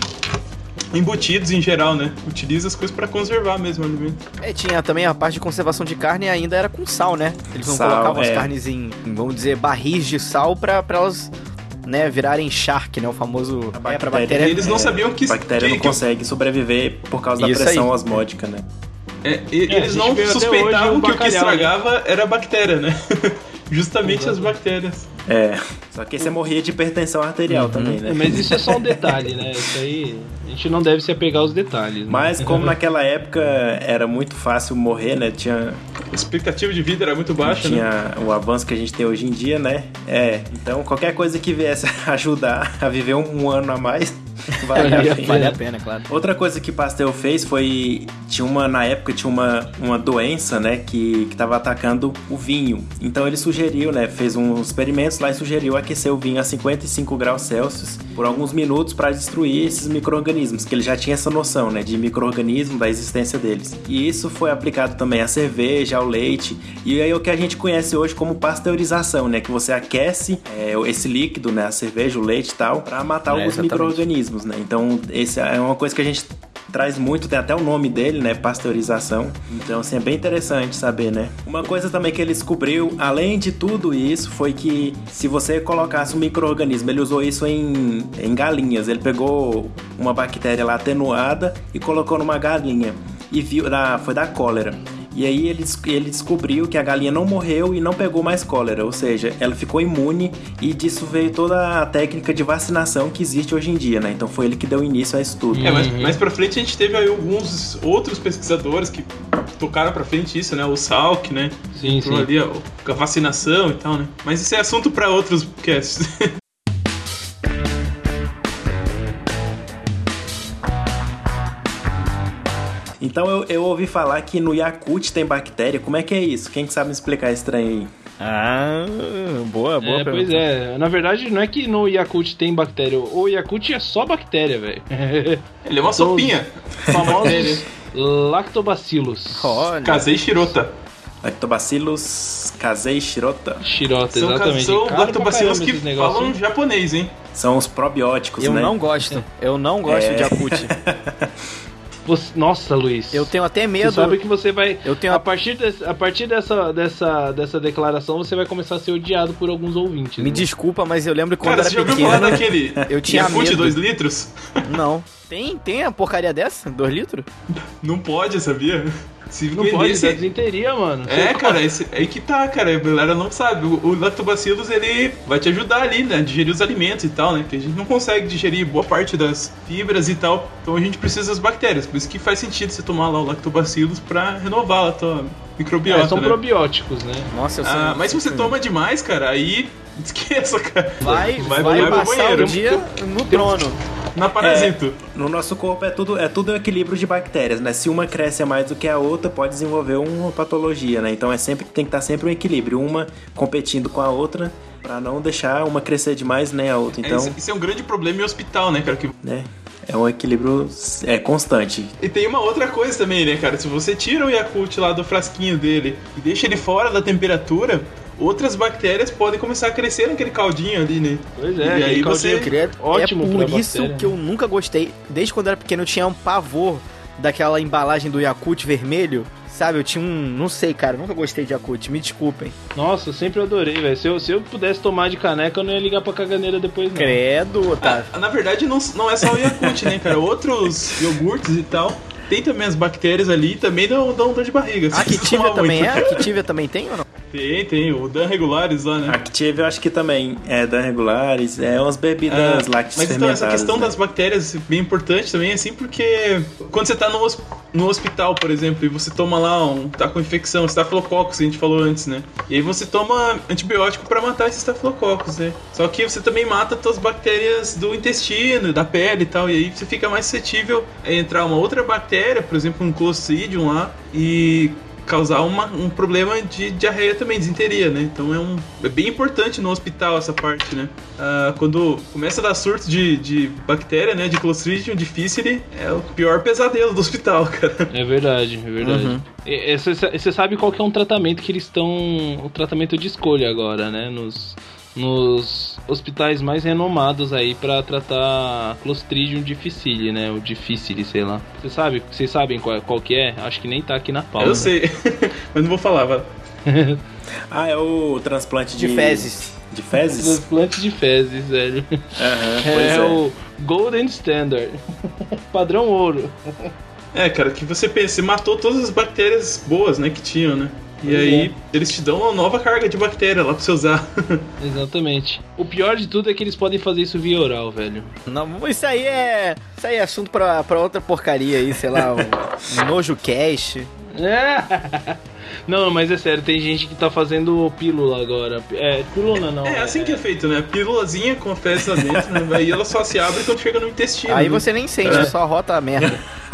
embutidos em geral, né? Utiliza as coisas pra conservar mesmo o alimento. É, tinha também a parte de conservação de carne e ainda era com sal, né? Eles não Sal, colocavam as é. carnes em, em, vamos dizer, barris de sal pra, pra elas, né, virarem shark, né? O famoso... A É, pra bactéria- bactéria... Eles não sabiam que... A bactéria que, não que- consegue sobreviver por causa da Isso pressão aí. osmótica, né? É, e- É, a eles gente não vê até hoje suspeitavam o que o que bacalhau, estragava era a bactéria, né? Justamente as bactérias. É. Só que você morria de hipertensão arterial Uhum. também, né? Mas isso é só um detalhe, né? Isso aí. A gente não deve se apegar aos detalhes. Né? Mas como naquela época era muito fácil morrer, né? Tinha, A expectativa de vida era muito baixa, né? tinha o avanço que a gente tem hoje em dia, né? É. Então qualquer coisa que viesse ajudar a viver um, um ano a mais, vale a Valia a pena. Vale a pena, claro. Outra coisa que Pasteur fez foi... Tinha uma... Na época tinha uma, uma doença, né? Que, que tava atacando o vinho. Então ele sugeriu, né? Fez uns experimentos lá e sugeriu aquecer o vinho a cinquenta e cinco graus Celsius por alguns minutos para destruir esses micro-organismos. Que ele já tinha essa noção, né? De micro-organismo, da existência deles. E isso foi aplicado também à cerveja, ao leite. E aí o que a gente conhece hoje como pasteurização, né? Que você aquece é, esse líquido, né? A cerveja, o leite e tal, para matar É, alguns exatamente. micro-organismos, né? Então, esse é uma coisa que a gente traz muito, tem até o nome dele, né? Pasteurização. Então, assim, é bem interessante saber, né? Uma coisa também que ele descobriu, além de tudo isso, foi que se você colocasse um micro-organismo, ele usou isso em, em galinhas. Ele pegou uma bactéria lá atenuada e colocou numa galinha. E viu, da, foi da cólera. E aí ele, ele descobriu que a galinha não morreu e não pegou mais cólera, ou seja, ela ficou imune e disso veio toda a técnica de vacinação que existe hoje em dia, né? Então foi ele que deu início a isso tudo. É, mas mais pra frente a gente teve aí alguns outros pesquisadores que tocaram pra frente isso, né? O Salk, né? Sim, Por sim. ali, ó, a vacinação e tal, né? Mas isso é assunto pra outros podcasts. Então eu, eu ouvi falar que no Yakult tem bactéria. Como é que é isso? Quem que sabe me explicar esse trem aí? Ah, boa, boa É, pergunta. pois é. Na verdade, não é que no Yakult tem bactéria. O Yakult é só bactéria, velho. Ele é uma São sopinha. os famosos lactobacilos. Olha, Casei Shirota. Lactobacillus casei shirota. Xirota, São, exatamente. são Caro pra lactobacilos caramba que esses negócios, falam hein? japonês, hein? São os probióticos, eu né? não gosto. Eu não gosto É. de Yakult. Você- Nossa, Luiz. Eu tenho até medo. Você sabe que você vai. Eu tenho a a- partir, desse- a partir dessa, dessa, dessa declaração, você vai começar a ser odiado por alguns ouvintes. Me né? desculpa, mas eu lembro que quando Cara, era você já ouviu pequeno. falar daquele eu tinha Yakult medo. dois litros? Não. Tem, tem a porcaria dessa? dois litros? Não pode, sabia? Se Não pode, vendesse- dá desinteria, mano. É, Você- cara, esse, é aí que tá, cara. A galera não sabe. O, o lactobacillus, ele vai te ajudar ali, né? Digerir os alimentos e tal, né? Porque a gente não consegue digerir boa parte das fibras e tal. Então a gente precisa das bactérias. Por isso que faz sentido você tomar lá o lactobacillus pra renovar a tua microbiota, É, são né? probióticos, né? Nossa, eu sei. Ah, mas se você toma demais, cara, aí esqueça, cara. Vai, vai, vai pro passar banheiro. o dia no trono. Na parasito. No nosso corpo é tudo, é tudo equilíbrio de bactérias, né? Se uma cresce mais do que a outra, pode desenvolver uma patologia, né? Então é sempre, tem que estar sempre um equilíbrio, uma competindo com a outra, pra não deixar uma crescer demais nem a outra. É, Então, isso, isso é um grande problema em hospital, né, cara? Que... né? É um equilíbrio é, constante. E tem uma outra coisa também, né, cara? Se você tira o Yakult lá do frasquinho dele e deixa ele fora da temperatura, outras bactérias podem começar a crescer naquele caldinho ali, né? Pois é, E aquele aí caldinho você- Credo. ótimo é pra por isso bactéria, que eu nunca gostei. Desde quando eu era pequeno, eu tinha um pavor daquela embalagem do Yakult vermelho. Sabe, eu tinha um... Não sei, cara, eu nunca gostei de Yakult, me desculpem. Nossa, eu sempre adorei, velho. Se eu, se eu pudesse tomar de caneca, eu não ia ligar pra caganeira depois, não. Credo, Otávio. Ah, na verdade, não, não é só o Yakult, né, cara? Outros iogurtes e tal, tem também as bactérias ali e também dão, dão dor de barriga. A se você Kitivia tomar também muito. é? A Kitivia também tem ou não? Tem, tem, o Dan Regulares lá, né? Active eu acho que também é Dan Regulares, é umas bebidas Ah, lácteas mas então, essa questão né? das bactérias é bem importante também, assim, porque quando você tá no, hos- no hospital, por exemplo, e você toma lá um. Tá com infecção, estafilococcus, que a gente falou antes, né? E aí você toma antibiótico pra matar esses estafilococcus, né? Só que você também mata as bactérias do intestino, da pele e tal, e aí você fica mais suscetível a entrar uma outra bactéria, por exemplo, um Clostridium lá, e causar uma, um problema de diarreia também, disenteria, né? Então é, um, é bem importante no hospital essa parte, né? Ah, quando começa a dar surto de, de bactéria, né? De Clostridium difficile, é o pior pesadelo do hospital, cara. É verdade, é verdade. Uhum. Você sabe qual que é um tratamento que eles estão... O tratamento de escolha agora, né? Nos, nos hospitais mais renomados aí pra tratar Clostridium difficile, né? O difficile, sei lá. Você sabe? Vocês sabem qual, qual que é? Acho que nem tá aqui na pauta. Eu sei, mas não vou falar, vai. Ah, é o transplante de... De fezes. De fezes? Transplante de fezes, velho. Aham, pois É, é. o Golden Standard. Padrão ouro. É, cara, que você pensa, você matou todas as bactérias boas, né, que tinham, né? E Pois aí, é. eles te dão uma nova carga de bactéria lá pra você usar. Exatamente. O pior de tudo é que eles podem fazer isso via oral, velho. Não, isso aí é. Isso aí é assunto pra, pra outra porcaria aí, sei lá, um, um Nojo Cast. Não, mas é sério, tem gente que tá fazendo pílula agora. É, pílula não. É assim que é feito, né? Pílulazinha com fezes lá dentro, né? Aí ela só se abre quando chega no intestino. Aí né? você nem sente, É. só rota a merda.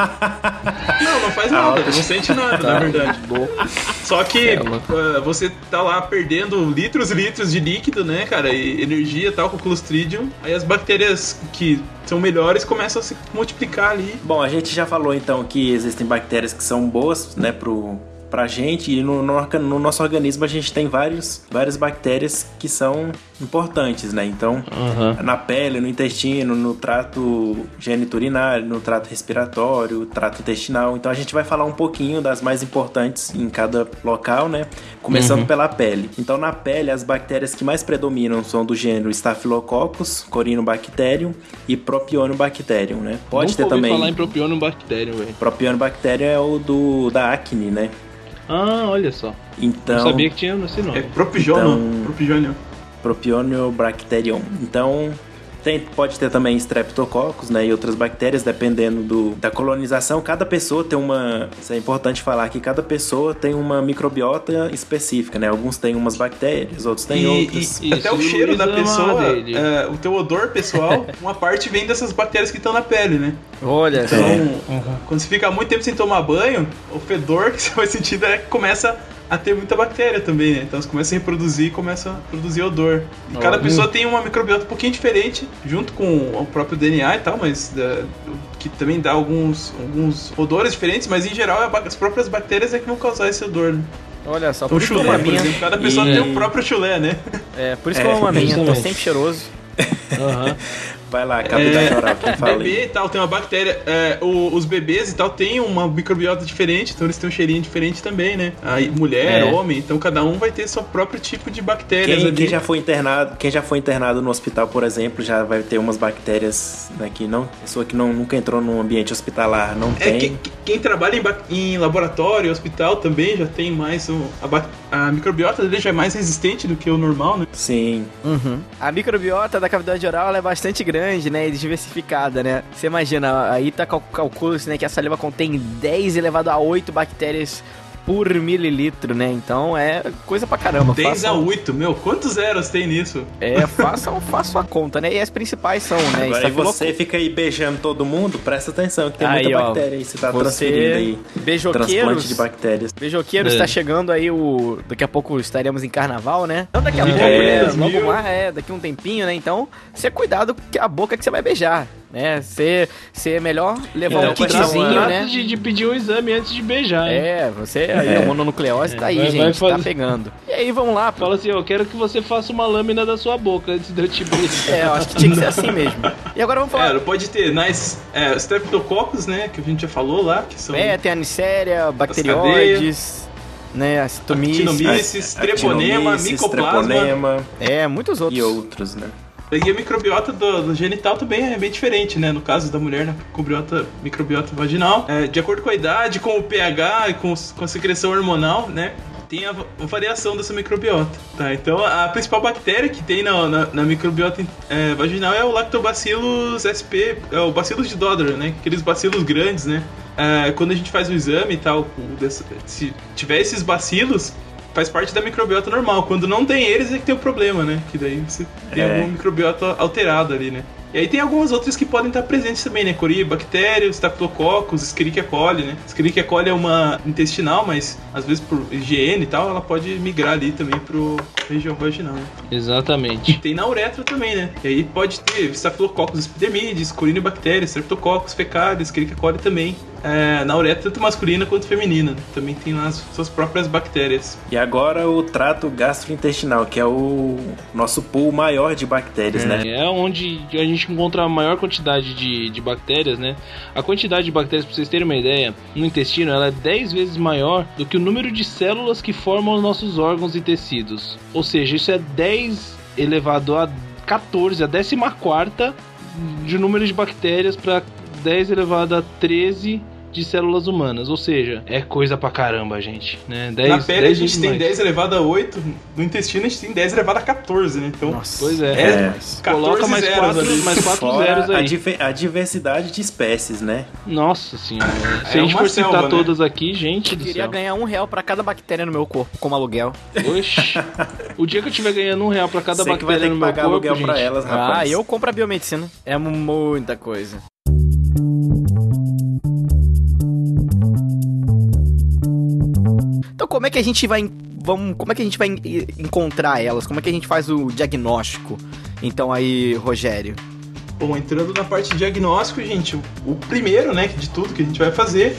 Não, não faz nada, não sente nada, na verdade. Boa. Só que É, louco. uh, você tá lá perdendo litros e litros de líquido, né, cara? E energia e tal com o Clostridium. Aí as bactérias que são melhores começam a se multiplicar ali. Bom, a gente já falou então que existem bactérias que são boas, né, pro, pra gente, e no, no, no nosso organismo a gente tem vários, várias bactérias que são importantes, né? Então, Aham. na pele, no intestino, no trato geniturinário, no trato respiratório, trato intestinal. Então a gente vai falar um pouquinho das mais importantes em cada local, né? Começando Uhum. pela pele. Então na pele as bactérias que mais predominam são do gênero Staphylococcus, Corynebacterium e Propionibacterium, né? Pode Nunca ter ouvi também. falar em Propionibacterium, velho. Propionibacterium é o do da acne, né? Ah, olha só. Então, Não sabia que tinha esse É nome. propijônio. Então- Propijônio. Propionibacterium. Então, tem, pode ter também Streptococcus, né, e outras bactérias, dependendo do, da colonização. Cada pessoa tem uma... Isso é importante falar que cada pessoa tem uma microbiota específica, né? Alguns têm umas bactérias, outros têm E, outras. e- e até Isso, o e o cheiro Luiz da ama a pessoa, dele. é, o teu odor pessoal, uma parte vem dessas bactérias que estão na pele, né? Olha É. só. Então, quando você fica muito tempo sem tomar banho, o fedor que você vai sentir é que começa a ter muita bactéria também, né? Então você começa a reproduzir e começa a produzir odor. E cada Olha. pessoa tem uma microbiota um pouquinho diferente, junto com o próprio D N A e tal, mas da- que também dá alguns, alguns odores diferentes, mas em geral é a ba- as próprias bactérias é que vão causar esse odor, né? Olha só, Então por isso que eu chulé, amo a por minha. exemplo, cada pessoa E- tem o próprio chulé, né? É, por isso que É, eu amo a minha, tô justamente. sempre cheiroso. Aham. Vai lá, cavidade É, oral, quem fala aí? bebê e tal, tem uma bactéria. É, o- os bebês e tal tem uma microbiota diferente, então eles têm um cheirinho diferente também, né? Aí, mulher, É. homem, então cada um vai ter seu próprio tipo de bactérias Quem, ali. quem já foi internado, quem já foi internado no hospital, por exemplo, já vai ter umas bactérias, né, que não, pessoa que não, nunca entrou num ambiente hospitalar não É, tem. quem, quem trabalha em, ba- em laboratório, hospital também já tem mais. O, a, ba- a microbiota dele já é mais resistente do que o normal, né? Sim. Uhum. A microbiota da cavidade oral ela é bastante grande, né, e diversificada, né? Você imagina, aí tá cal calcula-se, né, que a saliva contém dez elevado a oito bactérias por mililitro, né? Então é coisa pra caramba. dez a Façam- oito, meu, quantos zeros tem nisso? É, façam, façam a conta, né? E as principais são, né? Agora aí Estafilococcus. você fica aí beijando todo mundo, presta atenção que tem Aí, muita ó, bactéria aí, você tá você- transferindo aí. Beijoqueiros. Transplante de bactérias. Beijoqueiros, É. tá chegando aí o... Daqui a pouco estaremos em carnaval, né? Então daqui a É, pouco, né? dois mil. Logo mais, é, daqui um tempinho, né? Então, você cuidado com a boca que você vai beijar, né? Você, você é melhor levar Então, um vai kitzinho, dar uma- né? De, de pedir um exame antes de beijar, hein? É, você aí, É. a mononucleose tá aí, Vai- vai gente, tá fazer- pegando. E aí, vamos lá, pô. Fala assim, eu quero que você faça uma lâmina da sua boca antes de eu te beijar. É, eu acho que tinha que ser assim mesmo. E agora vamos falar... É, pode ter nas é, Streptococcus, né? Que a gente já falou lá, que são É, tem a Nicéria, bacterióides, né, a citomyces, Actinomyces, treponema, Actinomyces, micoplasma. treponema é, muitos outros. e outros, né? E a microbiota do, do genital também é bem diferente, né? No caso da mulher, né? Microbiota, microbiota vaginal. É, de acordo com a idade, com o pH e com, os- com a secreção hormonal, né? tem a, a variação dessa microbiota, tá? Então a principal bactéria que tem na, na, na microbiota é, vaginal é o Lactobacillus S P, é o Bacillus de Dodder, né? Aqueles bacilos grandes, né? É, quando a gente faz o exame e tal, se tiver esses bacilos, faz parte da microbiota normal. Quando não tem eles é que tem o problema, né? Que daí você tem é. alguma microbiota alterada ali, né? E aí tem algumas outras que podem estar presentes também, né? Coribactérios, Staphylococcus, Escherichia coli, né? Escherichia coli é uma intestinal, mas às vezes por higiene e tal, ela pode migrar ali também pro região vaginal, né? Exatamente. E tem na uretra também, né? E aí pode ter Staphylococcus epidermidis, Corynebacterias, Streptococcus fecalis, Escherichia coli também. É, na uretra, tanto masculina quanto feminina. Também tem lá as suas próprias bactérias. E agora o trato gastrointestinal, que é o nosso pool maior de bactérias, é, né? É onde a gente encontra a maior quantidade de, de bactérias, né? A quantidade de bactérias, pra vocês terem uma ideia, no intestino, ela é dez vezes maior do que o número de células que formam os nossos órgãos e tecidos. Ou seja, isso é dez elevado a catorze, a décima quarta de número de bactérias para dez elevado a treze de células humanas, ou seja, é coisa pra caramba, gente, né? dez, na pele dez a gente tem mais. dez elevado a oito, no intestino a gente tem dez elevado a catorze, né? Então, nossa, pois é, é coloca mais quatro, mais quatro zeros aí. A, diver, a diversidade de espécies, né? Nossa senhora, é se a gente for citar selva, todas né? aqui, gente eu do queria céu. ganhar um real pra cada bactéria no meu corpo, como aluguel. Oxi, o dia que eu tiver ganhando um real pra cada Você bactéria que vai ter no que meu pagar corpo, aluguel gente. pra elas, rapaz. Ah, eu compro a biomedicina. É muita coisa. Então como é que a gente vai vamos, como é que a gente vai encontrar elas? Como é que a gente faz o diagnóstico? Então aí, Rogério. Bom, entrando na parte de diagnóstico, gente, o, o primeiro, né, de tudo que a gente vai fazer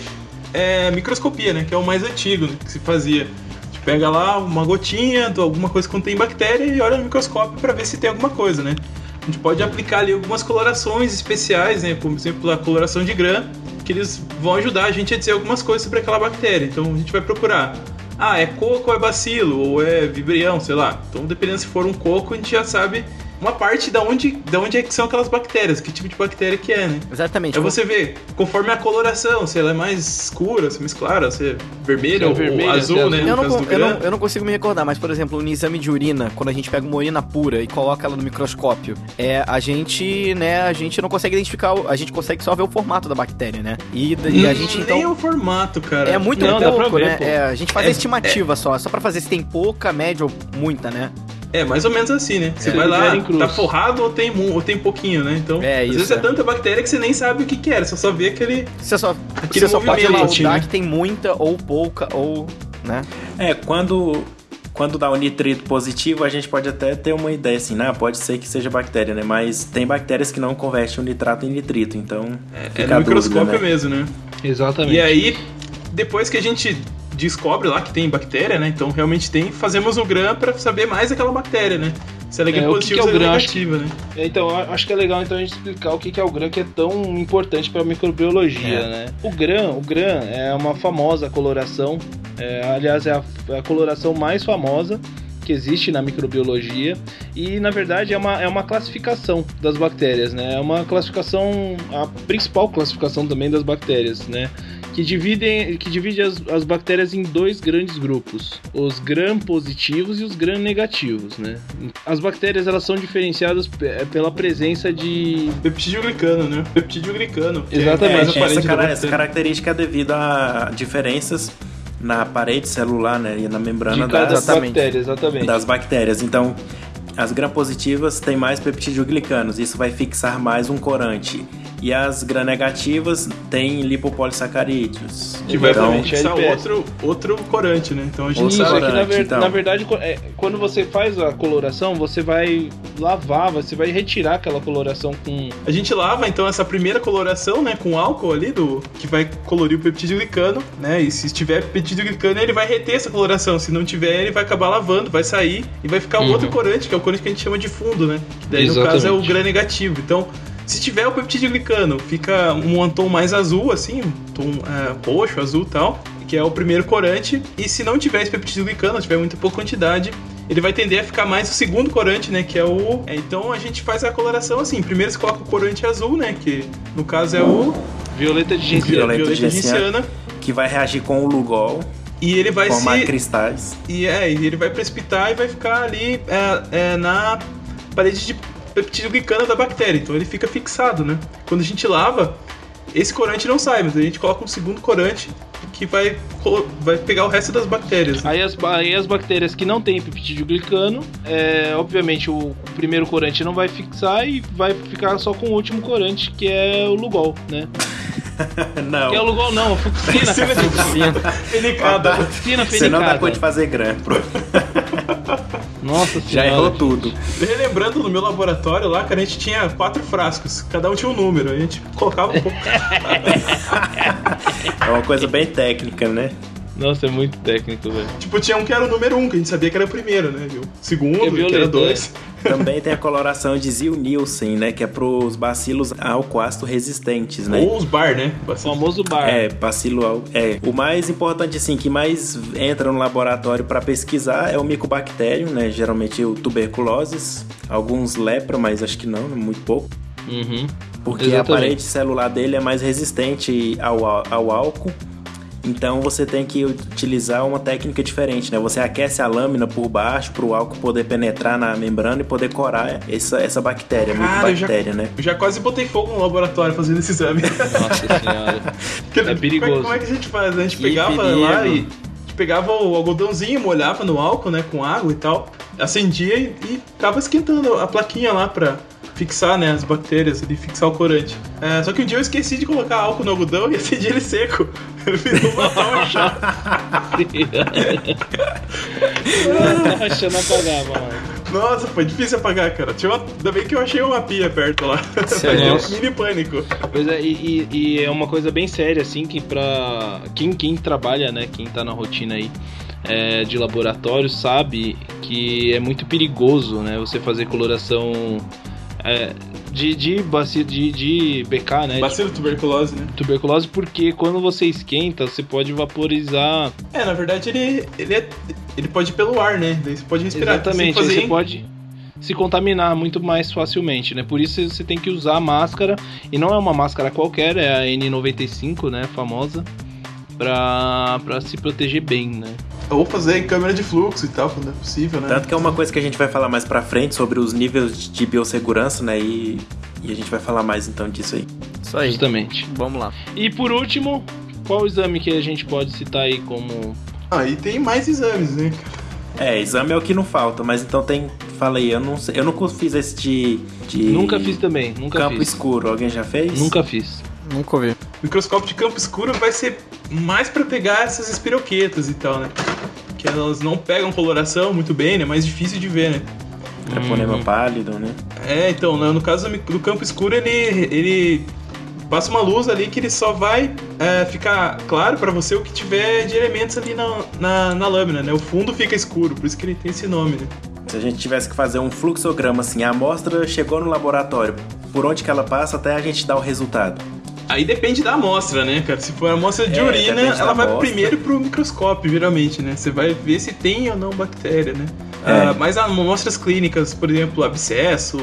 é microscopia, né, que é o mais antigo, né, que se fazia. A gente pega lá uma gotinha de alguma coisa que contém bactéria e olha no microscópio para ver se tem alguma coisa, né. A gente pode aplicar ali algumas colorações especiais, né, por exemplo, a coloração de Gram, que eles vão ajudar a gente a dizer algumas coisas sobre aquela bactéria. Então a gente vai procurar, ah, é coco ou é bacilo, ou é vibrião, sei lá. Então dependendo se for um coco, a gente já sabe uma parte da onde, da onde é que são aquelas bactérias, que tipo de bactéria que é, né? Exatamente. Aí você vê, conforme a coloração, se ela é mais escura, se é mais clara, se é vermelha se é ou, vermelha, ou azul, se é né? Eu no não, caso do eu, Gram. não, eu não consigo me recordar, mas, por exemplo, no exame de urina, quando a gente pega uma urina pura e coloca ela no microscópio, é, a gente, né, a gente não consegue identificar, a gente consegue só ver o formato da bactéria, né? E, e a gente, então... Nem o formato, cara. É muito Não, dá pra pouco, ver, né? pô. É, a gente faz É, a estimativa só, só pra fazer se tem pouca, média ou muita, né? É, mais ou menos assim, né? Você É, vai lá, em cruz. tá forrado ou tem, mu- ou tem pouquinho, né? Então, É, às isso, vezes é é. tanta bactéria que você nem sabe o que que era, você só vê aquele... Você só, Aquele você só pode movimento, laudar né? que tem muita ou pouca ou, né? É, quando, quando dá o nitrito positivo, a gente pode até ter uma ideia assim, né? Pode ser que seja bactéria, né? Mas tem bactérias que não convertem o nitrato em nitrito, então É, fica é a no dúvida, microscópio né? mesmo, né? Exatamente. E aí, depois que a gente descobre lá que tem bactéria, né? Então realmente tem, fazemos o Gram pra saber mais daquela bactéria, né? Se ela é, É, o que positiva que é o ou se ela é Gram? negativa, né? Então, eu acho que é legal então a gente explicar o que que é o Gram, que é tão importante para a microbiologia, É. né? O Gram, o Gram é uma famosa coloração, é, aliás, é a, é a coloração mais famosa que existe na microbiologia e, na verdade, é uma, é uma classificação das bactérias, né? É uma classificação, a principal classificação também das bactérias, né? Que dividem, que divide as, as bactérias em dois grandes grupos, os gram-positivos e os gram-negativos, né? As bactérias, elas são diferenciadas p- pela presença de... Peptídeo glicano, né? Peptídeo glicano. que Exatamente. É mais Essa, aparente da cara- essa bactéria. característica é devido a diferenças na parede celular, né? E na membrana de cada das, exatamente. bactéria, exatamente. das bactérias. Então, as gram-positivas têm mais peptidoglicanos, isso vai fixar mais um corante. E as gram-negativas têm lipopolissacarídeos. Que vai então, também Exatamente, fixar L P S. outro, outro corante, né? Então a gente Outro Isso, sabe... é que na, ver- então. na verdade, co- é, quando você faz a coloração, você vai lavar, você vai retirar aquela coloração com... A gente lava, então, essa primeira coloração, né, com álcool ali, do que vai colorir o peptídeo glicano, né, e se tiver peptídeo glicano, ele vai reter essa coloração, se não tiver, ele vai acabar lavando, vai sair, e vai ficar um Uhum. outro corante, que é o corante que a gente chama de fundo, né, que daí, Exatamente. no caso, é o gram negativo. Então, se tiver o peptídeo glicano, fica um tom mais azul, assim, um tom é, roxo, azul e tal, que é o primeiro corante, e se não tiver esse peptídeo glicano, tiver muita pouca quantidade, ele vai tender a ficar mais o segundo corante, né, que é o... É, então a gente faz a coloração assim, primeiro você coloca o corante azul, né, que no caso é o Violeta de genciana. Violeta violeta genciana. genciana, que vai reagir com o Lugol. E ele vai formar se... cristais. E é, ele vai precipitar e vai ficar ali é, é, na parede de peptidoglicano da bactéria. Então ele fica fixado, né? Quando a gente lava, esse corante não sai, mas a gente coloca um segundo corante que vai, vai pegar o resto das bactérias. Aí as, aí as bactérias que não tem peptidoglicano, é, obviamente o, o primeiro corante não vai fixar e vai ficar só com o último corante, que é o Lugol, né? Não. Que é o Lugol não, a fucsina, cara. Fenicada. Fucsina Você não dá fenicada. conta de fazer grã. Nossa Já senhora. errou tudo. Relembrando, no meu laboratório lá, cara, a gente tinha quatro frascos. Cada um tinha um número. A gente colocava um pouco. É uma coisa bem técnica, né? Nossa, é muito técnico, velho. Tipo, tinha um que era o número um, que a gente sabia que era o primeiro, né? E o segundo, Que é que, era violeta, dois. Também tem a coloração de Zil-Nielsen, né? Que é pros bacilos alcoácido resistentes, né? Ou os bar, né? O famoso bar. É, bacilo al- é. O mais importante, assim, que mais entra no laboratório para pesquisar é o micobacterium, né? Geralmente o tuberculoses, alguns lepra, mas acho que não, muito pouco. Uhum. Porque Exatamente. a parede celular dele é mais resistente ao, ao álcool. Então você tem que utilizar uma técnica diferente, né? Você aquece a lâmina por baixo para o álcool poder penetrar na membrana e poder corar essa, essa bactéria, a Cara, eu já, micobactéria, né? eu já quase botei fogo no laboratório fazendo esse exame. Nossa senhora. Porque É perigoso. Como é que a gente faz? A gente Que pegava perigo. lá e... A gente pegava o algodãozinho, molhava no álcool, né? Com água e tal. Acendia e, e ficava esquentando a plaquinha lá pra fixar, né? As bactérias ali, fixar o corante. É, só que um dia eu esqueci de colocar álcool no algodão e acendi ele seco. Ele virou uma tocha. Nossa, não apagava, mano. Nossa, foi difícil apagar, cara. Tinha uma... Ainda bem que eu achei uma pia perto lá. Sério? Mini pânico. Pois é, e, e- e é uma coisa bem séria, assim, que pra quem, quem trabalha, né, quem tá na rotina aí é, de laboratório, sabe que é muito perigoso, né, você fazer coloração é, de, de, baci- de, de B K, né, Bacilo tuberculose, né? de tuberculose, porque quando você esquenta, você pode vaporizar. É, na verdade ele, ele, é, ele pode ir pelo ar, né? Daí você pode respirar. Exatamente, Você tem que aí fazer você em- pode se contaminar muito mais facilmente, né? Por isso você tem que usar a máscara, e não é uma máscara qualquer, é a N noventa e cinco, né, famosa, pra, pra se proteger bem, né? Ou fazer em câmera de fluxo e tal, quando é possível, né? Tanto que é uma coisa que a gente vai falar mais pra frente sobre os níveis de biossegurança, né? E, e a gente vai falar mais então disso aí. Isso aí. Justamente. Vamos lá. E por último, qual exame que a gente pode citar aí como... Ah, e tem mais exames, né? É, exame é o que não falta, mas então tem. Fala aí, eu não sei, eu nunca fiz esse de. de Nunca fiz também, nunca campo fiz. escuro. Alguém já fez? Nunca fiz. Nunca ouvi. O microscópio de campo escuro vai ser mais pra pegar essas espiroquetas e tal, né? Que elas não pegam coloração muito bem, né? Mais difícil de ver, né? Treponema pálido, né? É, então, né, no caso do mic- do campo escuro, ele, ele passa uma luz ali que ele só vai é, ficar claro pra você o que tiver de elementos ali na, na, na lâmina, né? O fundo fica escuro, por isso que ele tem esse nome, né? Se a gente tivesse que fazer um fluxograma assim, a amostra chegou no laboratório, por onde que ela passa até a gente dar o resultado? Aí depende da amostra, né, cara? Se for amostra de É, urina, depende da ela vai amostra. primeiro pro microscópio, geralmente, né? Você vai ver se tem ou não bactéria, né? É. Ah, mas amostras clínicas, por exemplo, abscesso,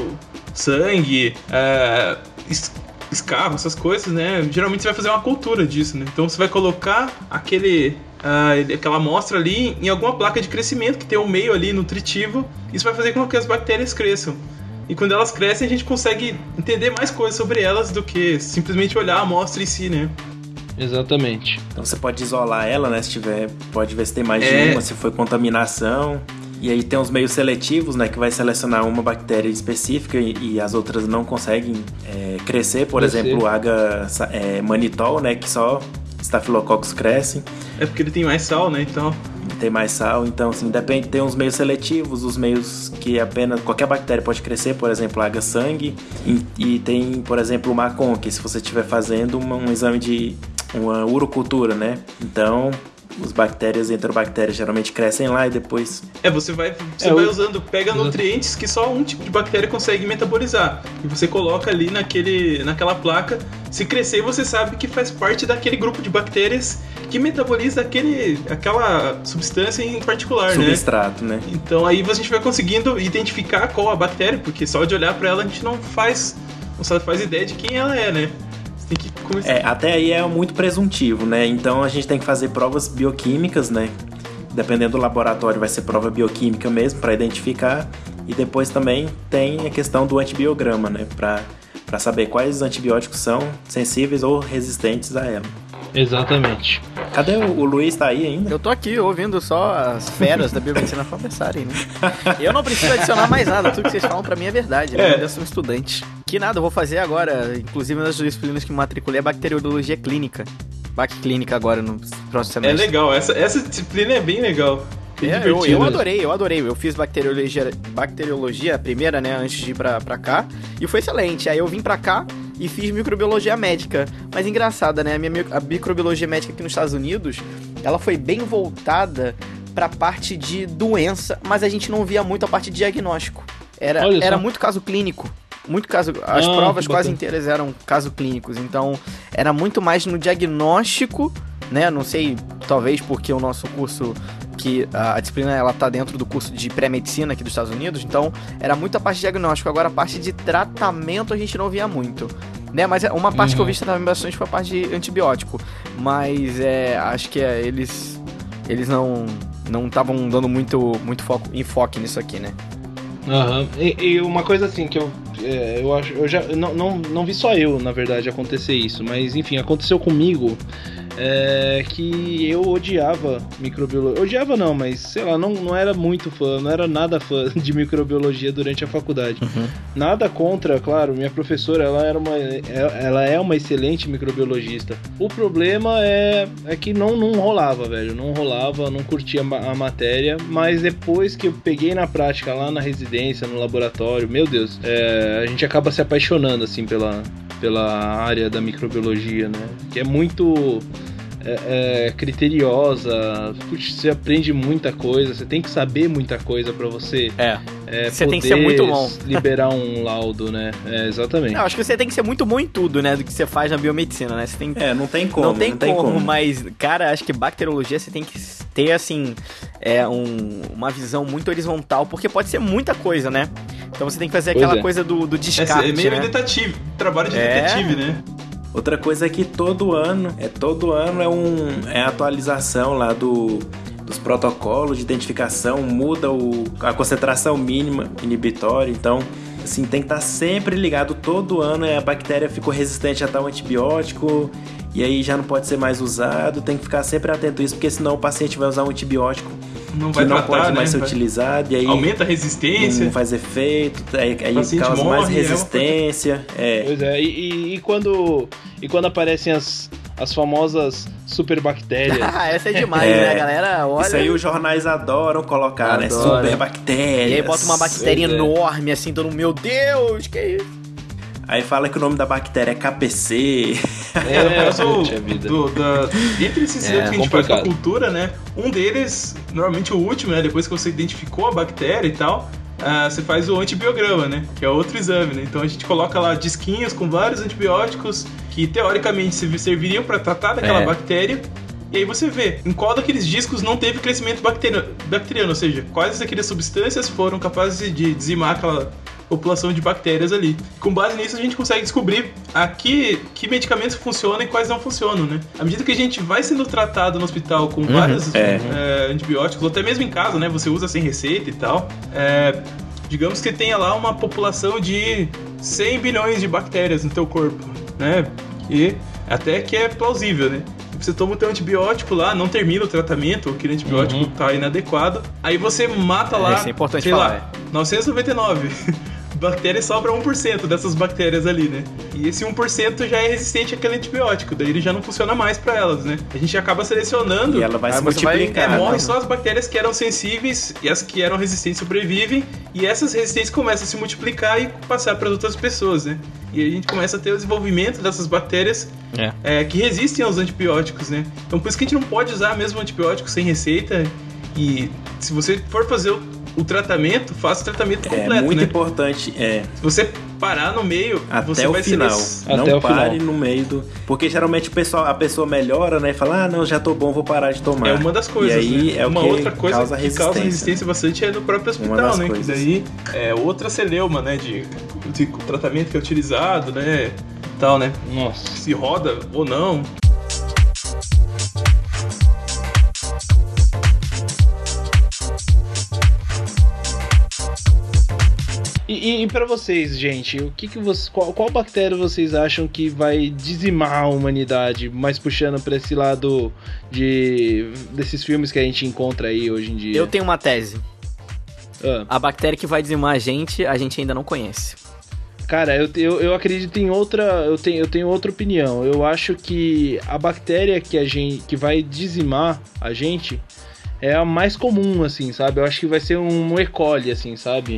sangue, ah, es- escarro, essas coisas, né? Geralmente você vai fazer uma cultura disso, né? Então você vai colocar aquele... ah, ele- aquela amostra ali em alguma placa de crescimento que tem um meio ali nutritivo. Isso vai fazer com que as bactérias cresçam. E quando elas crescem, a gente consegue entender mais coisas sobre elas do que simplesmente olhar a amostra em si, né? Exatamente. Então você pode isolar ela, né? Se tiver, pode ver se tem mais É. de uma, se foi contaminação. E aí tem os meios seletivos, né? Que vai selecionar uma bactéria específica e, e as outras não conseguem é, crescer. Por Crescer. exemplo, o H é, manitol, né? Que só estafilococcus crescem. É porque ele tem mais sal, né? Então, Tem mais sal, então assim, depende, tem os meios seletivos, os meios que apenas qualquer bactéria pode crescer, por exemplo, H sangue, e, e tem, por exemplo, o Macon, que se você estiver fazendo uma- um exame de uma urocultura, né? Então, as bactérias, enterobactérias geralmente crescem lá e depois é, você vai, você É, vai o- usando, pega Exato. nutrientes que só um tipo de bactéria consegue metabolizar. E você coloca ali naquele, naquela placa. Se crescer, você sabe que faz parte daquele grupo de bactérias que metaboliza aquele, aquela substância em particular, né? substrato, né? Então aí a gente vai conseguindo identificar qual a bactéria, porque só de olhar pra ela a gente não faz, não sabe- faz ideia de quem ela é, né? Você tem que começar. É, até aí é muito presuntivo, né? Então a gente tem que fazer provas bioquímicas, né? Dependendo do laboratório, vai ser prova bioquímica mesmo, para identificar. E depois também tem a questão do antibiograma, né? Para para saber quais antibióticos são sensíveis ou resistentes a ela. Exatamente. Cadê o, o Luiz? Tá aí ainda? Eu tô aqui ouvindo só as feras da biomedicina conversarem, né? Eu não preciso adicionar mais nada, tudo que vocês falam pra mim é verdade, né? É. Eu sou um estudante. Que nada, eu vou fazer agora, inclusive nas disciplinas que me matriculei, é bacteriologia clínica. Bac clínica agora no próximo É semestre. legal, essa, essa disciplina é bem legal. Bem É, eu, divertida. eu adorei, eu adorei. Eu fiz bacteriologia, bacteriologia a primeira, né, antes de ir pra, pra cá, e foi excelente. Aí eu vim pra cá e fiz microbiologia médica. Mas engraçada, né, a, minha, mi- a microbiologia médica aqui nos Estados Unidos, ela foi bem voltada pra parte de doença, mas a gente não via muito a parte de diagnóstico. Era, Olha só. era muito caso clínico. Muito caso, as Ah, provas que quase bacana. inteiras eram casos clínicos, então era muito mais no diagnóstico, né? Não sei, talvez porque o nosso curso, que a disciplina ela tá dentro do curso de pré-medicina aqui dos Estados Unidos, então era muito a parte de diagnóstico. Agora a parte de tratamento a gente não via muito, né? Mas uma parte Uhum. que eu vi também bastante foi a parte de antibiótico, mas é, acho que é, eles eles não não estavam dando muito muito foco enfoque nisso aqui, né? Aham. E, e uma coisa assim que eu, é, eu acho, eu já não, não, não vi só eu, na verdade, acontecer isso, mas enfim, aconteceu comigo. É, que eu odiava microbiologia. Odiava não, mas sei lá, não, não era muito fã, não era nada fã de microbiologia durante a faculdade. Uhum. Nada contra, claro, minha professora, ela era uma, ela é uma excelente microbiologista. O problema é, é que não, não rolava, velho, não rolava, não curtia a, ma- a matéria, mas depois que eu peguei na prática lá na residência, no laboratório, meu Deus, é, a gente acaba se apaixonando assim pela pela área da microbiologia, né? Que é muito é, é, criteriosa, Puxa, você aprende muita coisa, você tem que saber muita coisa pra você É. é, Você poder tem que ser muito bom. liberar um laudo, né? É, exatamente. Eu acho que você tem que ser muito bom em tudo, né, do que você faz na biomedicina, né? Você tem É, não tem como. não tem, como, mas, cara, acho que bacteriologia você tem que ter, assim, é, um, uma visão muito horizontal, porque pode ser muita coisa, né? Então você tem que fazer Pois aquela é. coisa do, do É, descarte, é meio né? detetive, trabalho de É. detetive, né? Outra coisa é que todo ano, é todo ano é um é a atualização lá do dos protocolos de identificação, muda o, a concentração mínima inibitória, então assim, tem que estar sempre ligado todo ano, é, a bactéria ficou resistente a tal antibiótico e aí já não pode ser mais usado, tem que ficar sempre atento a isso, porque senão o paciente vai usar um antibiótico Não que vai não tratar, pode né? mais ser Vai- utilizado e aí Aumenta a resistência. não faz efeito, aí, aí paciente causa morre, mais é uma resistência, é. Pois é, e, e- e quando, e quando aparecem as, as famosas superbactérias? Ah, essa é demais, É. né, a galera? Olha... Isso aí os jornais adoram colocar, né? Adora. Super bactérias. E aí bota uma bactéria Pois é. enorme, assim, todo mundo, meu Deus, que isso? Aí fala que o nome da bactéria é K P C. É, no caso puxa vida. do, da, entre esses exames É, que a gente faz com a complicado. cultura, né? Um deles, normalmente o último, né? Depois que você identificou a bactéria e tal, ah, você faz o antibiograma, né? Que é outro exame, né? Então a gente coloca lá disquinhos com vários antibióticos que teoricamente servi- serviriam para tratar daquela É. bactéria. E aí você vê em qual daqueles discos não teve crescimento bacteriano, bacteriano, ou seja, quais daquelas substâncias foram capazes de dizimar aquela população de bactérias ali. Com base nisso a gente consegue descobrir a que, que medicamentos funcionam e quais não funcionam, né? À medida que a gente vai sendo tratado no hospital com vários é. é, antibióticos, ou até mesmo em casa, né? Você usa sem receita e tal. É, digamos que tenha lá uma população de cem bilhões de bactérias no teu corpo, né? E até que é plausível, né? Você toma o teu antibiótico lá, não termina o tratamento, aquele antibiótico Uhum. tá inadequado, aí você mata É, lá, isso é importante sei falar, lá, novecentos e noventa e nove bactérias, sobra um por cento dessas bactérias ali, né? E esse um por cento já é resistente àquele antibiótico, daí ele já não funciona mais pra elas, né? A gente acaba selecionando. E ela vai Aí se você vai- multiplicar. É, né? morrem só as bactérias que eram sensíveis e as que eram resistentes sobrevivem, e essas resistentes começam a se multiplicar e passar para outras pessoas, né? E a gente começa a ter o desenvolvimento dessas bactérias É. é, que resistem aos antibióticos, né? Então por isso que a gente não pode usar mesmo antibiótico sem receita, e se você for fazer o, o tratamento, faça o tratamento É completo, muito né? importante, é, Se você parar no meio, até você o vai final. ser... Até Não o pare final. no meio do... Porque geralmente o pessoal, a pessoa melhora, né? E fala, ah, não, já tô bom, vou parar de tomar. É uma das coisas, E aí né? é o uma que outra coisa causa que resistência. causa resistência bastante é no próprio Uma hospital, das né? coisas. Que daí é outra celeuma, né? De, de tratamento que é utilizado, né? tal, né? Nossa. Se roda ou não. E, e, e pra vocês, gente, o que que você, qual, qual bactéria vocês acham que vai dizimar a humanidade, mais puxando pra esse lado de desses filmes que a gente encontra aí hoje em dia? Eu tenho uma tese. Ah. A bactéria que vai dizimar a gente, a gente ainda não conhece. Cara, eu, eu, eu acredito em outra. Eu tenho, eu tenho outra opinião. Eu acho que a bactéria que, a gente, que vai dizimar a gente é a mais comum, assim, sabe? Eu acho que vai ser um E. coli, assim, sabe?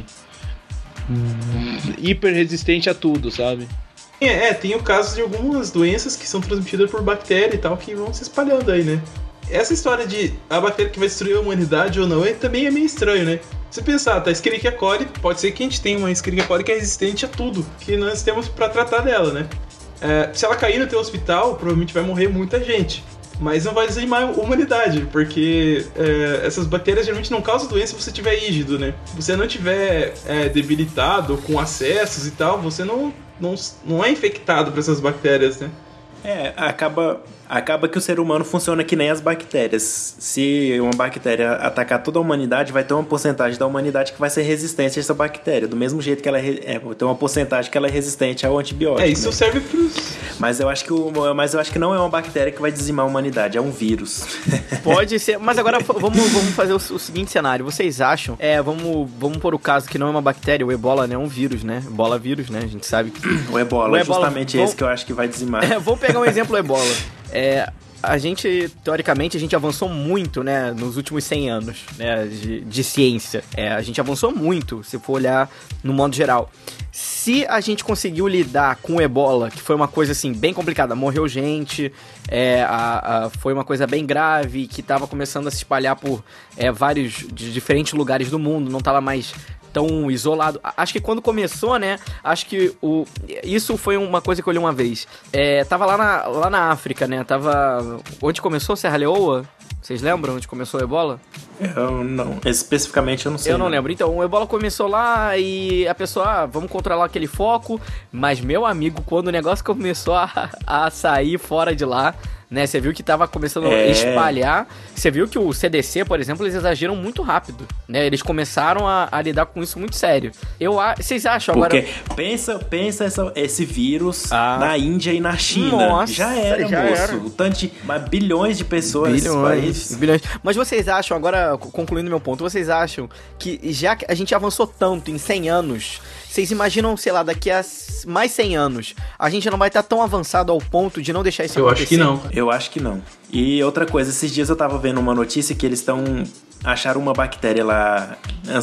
Hum. Hiper resistente a tudo, sabe? É, é, tem o caso de algumas doenças que são transmitidas por bactéria e tal, que vão se espalhando aí, né? Essa história de a bactéria que vai destruir a humanidade ou não é, também é meio estranho, né? Se pensar, tá, Escherichia coli, pode ser que a gente tenha uma Escherichia coli que é resistente a tudo que nós temos pra tratar dela, né? É, se ela cair no teu hospital, provavelmente vai morrer muita gente. Mas não vai dizimar a humanidade, porque é, essas bactérias geralmente não causam doença se você estiver rígido, né? Se você não estiver é, debilitado, com acessos e tal, você não, não, não é infectado por essas bactérias, né? É, acaba, acaba que o ser humano funciona que nem as bactérias. Se uma bactéria atacar toda a humanidade, vai ter uma porcentagem da humanidade que vai ser resistente a essa bactéria. Do mesmo jeito que ela é, é tem uma porcentagem que ela é resistente ao antibiótico. É, isso né? serve pros... Mas eu, acho que o, mas eu acho que não é uma bactéria que vai dizimar a humanidade, é um vírus. Pode ser, mas agora vamos, vamos fazer o, o seguinte cenário. Vocês acham, é, vamos, vamos pôr o caso que não é uma bactéria, o ebola, né, é um vírus, né? Ebola vírus, né? A gente sabe que... O ebola, o é ebola justamente vamos, esse que eu acho que vai dizimar. É, vou pegar um exemplo ebola. É... A gente, teoricamente, a gente avançou muito, né, nos últimos cem anos, né, de, de ciência. É, a gente avançou muito, se for olhar no modo geral. Se a gente conseguiu lidar com o ebola, que foi uma coisa, assim, bem complicada, morreu gente, é, a, a, foi uma coisa bem grave, que estava começando a se espalhar por é, vários, de diferentes lugares do mundo, não estava mais... tão isolado. Acho que quando começou, né, acho que o... isso foi uma coisa que eu li uma vez. É, tava lá na, lá na África, né, tava... Onde começou? Serra Leoa? Vocês lembram onde começou o ebola? Eu não, especificamente eu não sei. Eu não, não lembro. Então, o ebola começou lá e a pessoa, ah, vamos controlar aquele foco, mas, meu amigo, quando o negócio começou a, a sair fora de lá, né, você viu que tava começando é. a espalhar, você viu que o C D C, por exemplo, eles exageram muito rápido, né, eles começaram a, a lidar com isso muito sério. Eu, vocês acham Porque agora... pensa, pensa essa, esse vírus ah. na Índia e na China. Nossa, já era, já moço. era. O tanto de mas bilhões de pessoas bilhões, nesse país. bilhões. Mas vocês acham, agora concluindo meu ponto, vocês acham que já que a gente avançou tanto em cem anos, vocês imaginam, sei lá, daqui a mais cem anos, a gente não vai estar tão avançado ao ponto de não deixar isso eu acontecer? Eu acho que não. Eu acho que não. E outra coisa, esses dias eu tava vendo uma notícia que eles estão... acharam uma bactéria lá...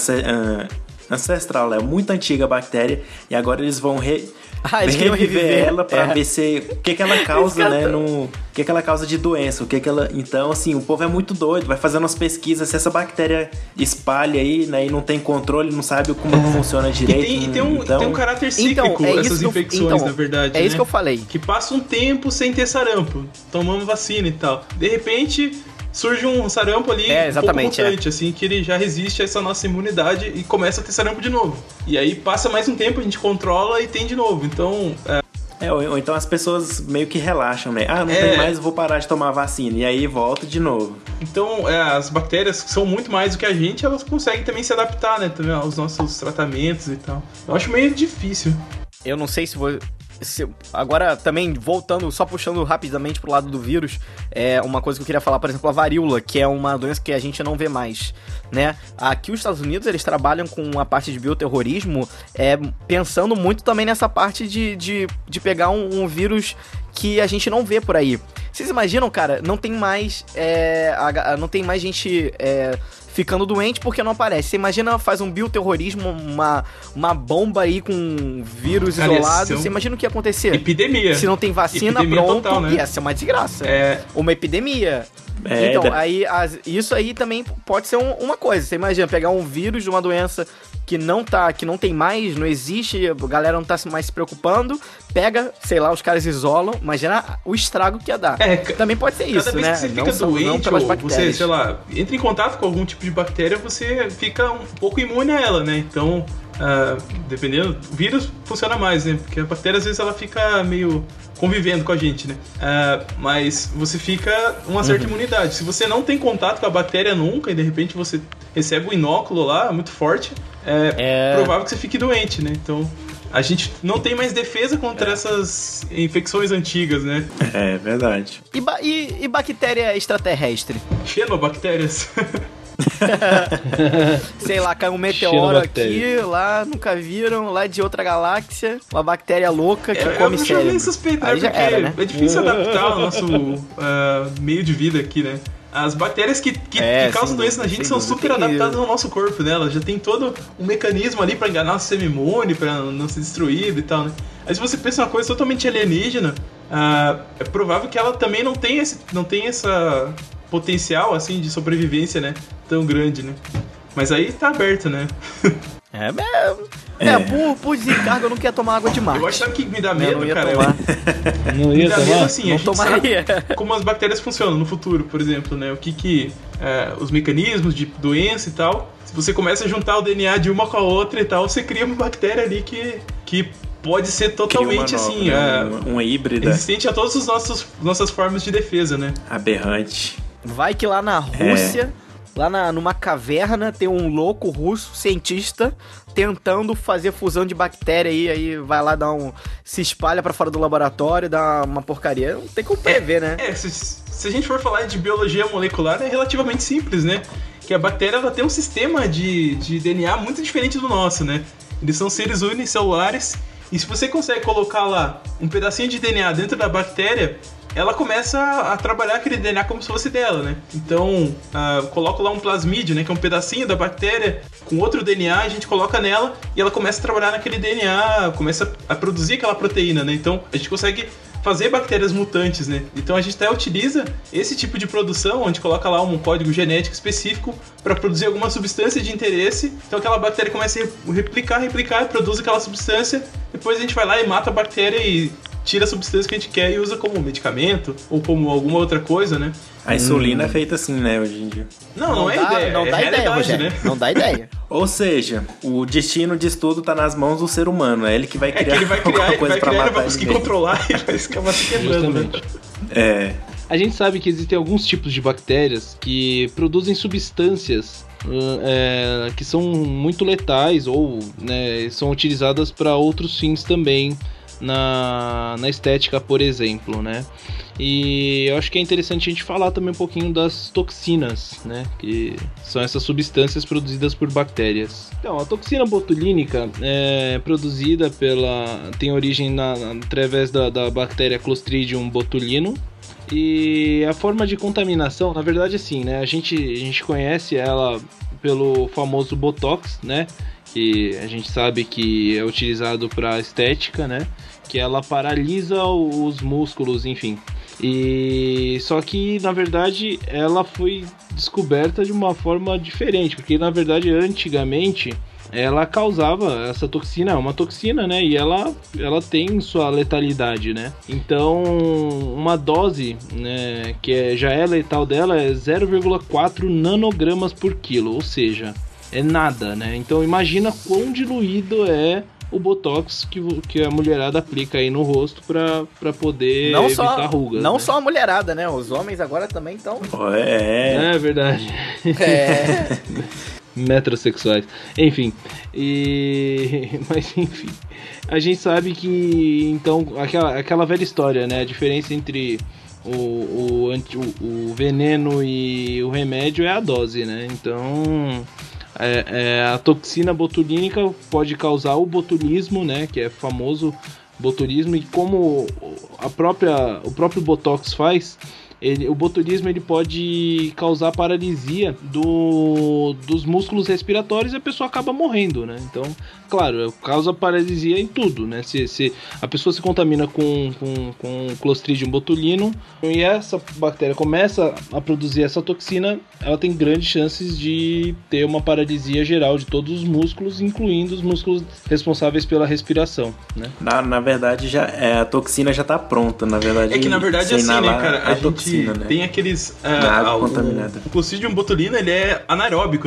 ancestral, é muito antiga a bactéria, e agora eles vão re... Ah, eles reviver reviver ela pra é. ver se o que que ela causa, né, no, o que que ela causa de doença, o que que ela, então assim, o povo é muito doido, vai fazendo umas pesquisas, se essa bactéria espalha aí, né, e não tem controle, não sabe como é. funciona direito. E tem, tem, um, então... tem um caráter cíclico então, é essas infecções, eu, então, na verdade, é né? isso que eu falei. Que passa um tempo sem ter sarampo, tomamos vacina e tal. De repente... surge um sarampo ali é, exatamente, um pouco mutante, é. assim, que ele já resiste a essa nossa imunidade e começa a ter sarampo de novo. E aí passa mais um tempo, a gente controla e tem de novo. Então... É, é ou, ou então as pessoas meio que relaxam, né? Ah, não é. tem mais, vou parar de tomar vacina. E aí volta de novo. Então, é, as bactérias são muito mais do que a gente, elas conseguem também se adaptar, né? Também aos nossos tratamentos e tal. Eu acho meio difícil. Eu não sei se vou... Se, agora, também, voltando, só puxando rapidamente pro lado do vírus, é uma coisa que eu queria falar, por exemplo, a varíola, que é uma doença que a gente não vê mais, né? Aqui os Estados Unidos, eles trabalham com a parte de bioterrorismo, é, pensando muito também nessa parte de, de, de pegar um, um vírus que a gente não vê por aí. Vocês imaginam, cara, não tem mais, é, a, não tem mais gente... É, ficando doente porque não aparece. Você imagina, faz um bioterrorismo, uma, uma bomba aí com vírus Cara, isolado. um... Você imagina o que ia acontecer? Epidemia. Se não tem vacina, epidemia pronto, total, né? ia ser uma desgraça. É... Uma epidemia. É, então, da... aí, as, isso aí também pode ser um, uma coisa. Você imagina, pegar um vírus de uma doença que não tá, que não tem mais, não existe, a galera não tá mais se preocupando, pega, sei lá, os caras isolam, imagina o estrago que ia dar. É, também pode ser isso, cada vez né? que você não fica são, doente, não pelas ou bactérias. você, sei lá, entra em contato com algum tipo de bactéria, você fica um pouco imune a ela, né? Então, Uh, dependendo, o vírus funciona mais, né? Porque a bactéria às vezes ela fica meio convivendo com a gente, né? Uh, mas você fica uma certa uhum. imunidade. Se você não tem contato com a bactéria nunca e de repente você recebe um inóculo lá muito forte, é, é... provável que você fique doente, né? Então a gente não tem mais defesa contra é. essas infecções antigas, né? É verdade. E, ba- e, e bactéria extraterrestre? Xenobactérias. Sei lá, caiu um meteoro aqui, lá nunca viram, lá de outra galáxia, uma bactéria louca que é, come eu cérebro. Eu suspeito, né? Porque era, né? É difícil adaptar o nosso uh, meio de vida aqui, né? As bactérias que, que, é, que causam doença na gente são super adaptadas ao nosso corpo, né? Elas já tem todo um mecanismo ali pra enganar o sistema imune, pra não ser destruído e tal, né? Aí se você pensa uma coisa totalmente alienígena, uh, é provável que ela também não tenha, esse, não tenha essa potencial, assim, de sobrevivência, né? Tão grande, né? Mas aí tá aberto, né? É, é, é. por, por desencargo eu não quero tomar água de mar. Eu acho que me dá medo, não, não cara. Tomar. Não ia me dá tomar? medo, assim, não a gente tomaria. sabe como as bactérias funcionam no futuro, por exemplo, né? O que que... É, os mecanismos de doença e tal. Se você começa a juntar o D N A de uma com a outra e tal, você cria uma bactéria ali que... que pode ser totalmente nova, assim, né? é, uma, uma híbrida resistente a todas as nossos, nossas formas de defesa, né? Aberrante. Vai que lá na Rússia, é. lá na, numa caverna, tem um louco russo, cientista, tentando fazer fusão de bactéria aí, aí vai lá dar um... se espalha pra fora do laboratório, dá uma porcaria. Não tem como prever, é, né? É, se, se a gente for falar de biologia molecular, é relativamente simples, né? Que a bactéria, ela tem um sistema de, de D N A muito diferente do nosso, né? Eles são seres unicelulares. E se você consegue colocar lá um pedacinho de D N A dentro da bactéria, ela começa a trabalhar aquele D N A como se fosse dela, né? Então, uh, coloco lá um plasmídio, né? Que é um pedacinho da bactéria com outro D N A, a gente coloca nela e ela começa a trabalhar naquele D N A, começa a produzir aquela proteína, né? Então, a gente consegue fazer bactérias mutantes, né? Então a gente até utiliza esse tipo de produção, onde coloca lá um código genético específico para produzir alguma substância de interesse. Então aquela bactéria começa a replicar, replicar, produz aquela substância. Depois a gente vai lá e mata a bactéria e tira a substância que a gente quer e usa como medicamento ou como alguma outra coisa, né? A insulina hum. é feita assim, né, hoje em dia. Não, não, não é dá, ideia, não é dá ideia, Rogério, né? Não dá ideia. Ou seja, o destino disso tudo tá nas mãos do ser humano. É ele que vai criar, é que ele vai criar, alguma coisa ele vai pra criar, matar ele vai conseguir ele controlar e vai acabar se quebrando, né? É. A gente sabe que existem alguns tipos de bactérias que produzem substâncias é, que são muito letais ou né, são utilizadas para outros fins também. Na, na estética, por exemplo, né? E eu acho que é interessante a gente falar também um pouquinho das toxinas, né? Que são essas substâncias produzidas por bactérias. Então, a toxina botulínica é produzida pela... tem origem na, através da, da bactéria Clostridium botulinum. E a forma de contaminação, na verdade, assim, né? A gente, a gente conhece ela pelo famoso Botox, né? Que a gente sabe que é utilizado para estética, né? Que ela paralisa os músculos, enfim. E só que na verdade ela foi descoberta de uma forma diferente, porque na verdade antigamente ela causava essa toxina, é uma toxina, né? E ela, ela tem sua letalidade, né? Então, uma dose, né, que é, já é letal dela é zero vírgula quatro nanogramas por quilo, ou seja, é nada, né? Então, imagina quão diluído é o Botox que, que a mulherada aplica aí no rosto pra, pra poder não evitar só, rugas. Não né? só a mulherada, né? Os homens agora também estão... É. É verdade. É... Metrosexuais. Enfim. E... Mas enfim. A gente sabe que, então, aquela, aquela velha história, né? A diferença entre o, o, o, o veneno e o remédio é a dose, né? Então... É, é, a toxina botulínica pode causar o botulismo, né, que é famoso botulismo, e como a própria, o próprio Botox faz, ele, o botulismo ele pode causar paralisia do, dos músculos respiratórios e a pessoa acaba morrendo, né? Então, claro, causa paralisia em tudo, né? Se, se a pessoa se contamina com, com, com Clostridium botulinum e essa bactéria começa a produzir essa toxina, ela tem grandes chances de ter uma paralisia geral de todos os músculos, incluindo os músculos responsáveis pela respiração, né? Na, na verdade, já, é, a toxina já tá pronta, na verdade. É que na verdade é assim, né, cara? A, a gente toxina, né? tem aqueles... Na Uh, água o, contaminada. O Clostridium botulinum, ele é anaeróbico, né?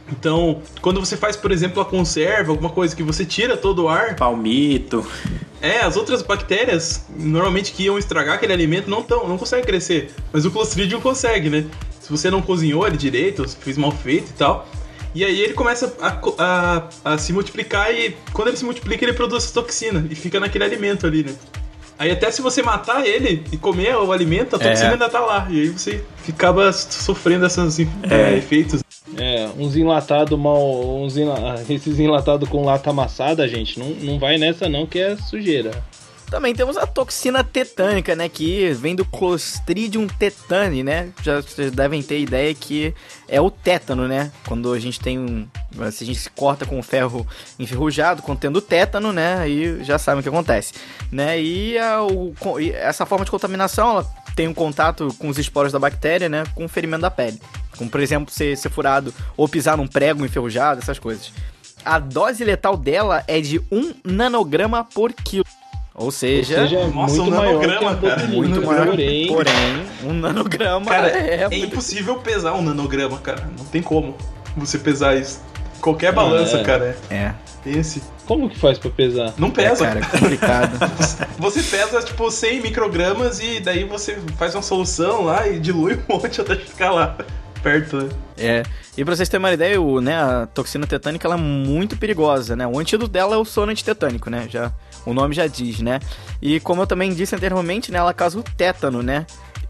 Então, quando você faz, por exemplo, a conserva, alguma coisa que você tira todo o ar... Palmito. É, as outras bactérias, normalmente que iam estragar aquele alimento, não, tão, não conseguem crescer. Mas o Clostridium consegue, né? Se você não cozinhou ele direito, se fez mal feito e tal... E aí ele começa a, a, a se multiplicar e quando ele se multiplica ele produz essa toxina e fica naquele alimento ali, né? Aí até se você matar ele e comer o alimento, a toxina é. ainda tá lá. E aí você acaba sofrendo esses é. é, efeitos. É, uns enlatados mal... Uns enla... Esses enlatados com lata amassada, gente, não, não vai nessa não, que é sujeira. Também temos a toxina tetânica, né, que vem do Clostridium tetani, né? Já vocês devem ter ideia que é o tétano, né? Quando a gente tem um... Se a gente se corta com ferro enferrujado, contendo tétano, né? Aí já sabem o que acontece, né? E, a, o, e essa forma de contaminação, ela tem um contato com os esporos da bactéria, né? Com o ferimento da pele. Como, por exemplo, ser, ser furado ou pisar num prego enferrujado, essas coisas. A dose letal dela é de um nanograma por quilo. Ou seja, Ou seja é nossa, muito um maior nanograma, que a cara. Muito maior. Porém, porém, um nanograma cara, é... é impossível pesar um nanograma, cara. Não tem como você pesar isso. Qualquer balança, é. cara. É. Esse. Como que faz pra pesar? Não pesa. É, cara, é complicado. Você pesa, tipo, cem microgramas e daí você faz uma solução lá e dilui um monte até ficar lá perto, né? É. E pra vocês terem uma ideia, o, né, a toxina tetânica ela é muito perigosa, né? O antídoto dela é o soro antitetânico, né? Já, o nome já diz, né? E como eu também disse anteriormente, né, ela causa o tétano, né?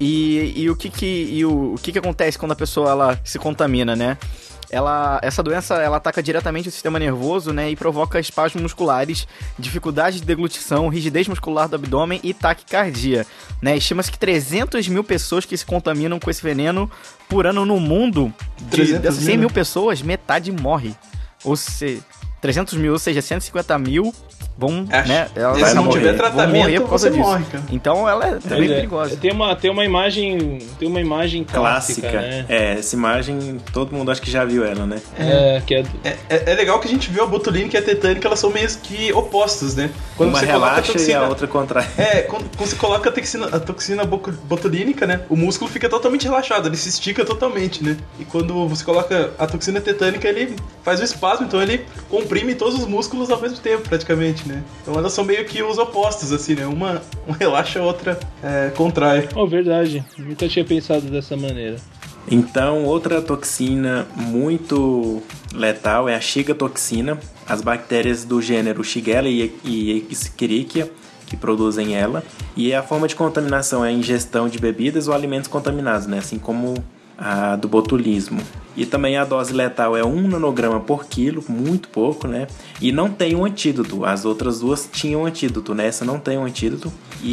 E, e, o, que que, e o, o que que acontece quando a pessoa ela se contamina, né? Ela, essa doença ela ataca diretamente o sistema nervoso, né, e provoca espasmos musculares, dificuldade de deglutição, rigidez muscular do abdômen e taquicardia, né? Estima-se que trezentas mil pessoas que se contaminam com esse veneno por ano no mundo, de, dessas cem mil pessoas, metade morre. Ou seja, trezentos mil, ou seja, cento e cinquenta mil vão, Acho, né? Ela se vai não morrer, tiver tratamento, por causa você disso. morre, cara. Então ela é também é, perigosa. Tem uma, tem uma imagem. Tem uma imagem clássica, Clássica. né? É, essa imagem todo mundo acho que já viu ela, né? É, que é. É, é, é legal que a gente viu a botulínica e a tetânica, elas são meio que opostas, né? Quando Uma você coloca a relaxa toxina, e a outra contrai. É, quando, quando você coloca a toxina, a toxina botulínica, né? O músculo fica totalmente relaxado, ele se estica totalmente, né? E quando você coloca a toxina tetânica, ele faz o espasmo, então ele comprime todos os músculos ao mesmo tempo, praticamente, né? Então elas são meio que os opostos, assim, né? Uma, uma relaxa, a outra é, contrai. Oh, verdade. Nunca tinha pensado dessa maneira. Então, outra toxina muito letal é a xigatoxina. As bactérias do gênero Shigella e Escherichia que produzem ela. E a forma de contaminação é a ingestão de bebidas ou alimentos contaminados, né? Assim como a do botulismo. E também a dose letal é um nanograma por quilo, muito pouco, né? E não tem um antídoto. As outras duas tinham um antídoto, né? Essa não tem um antídoto.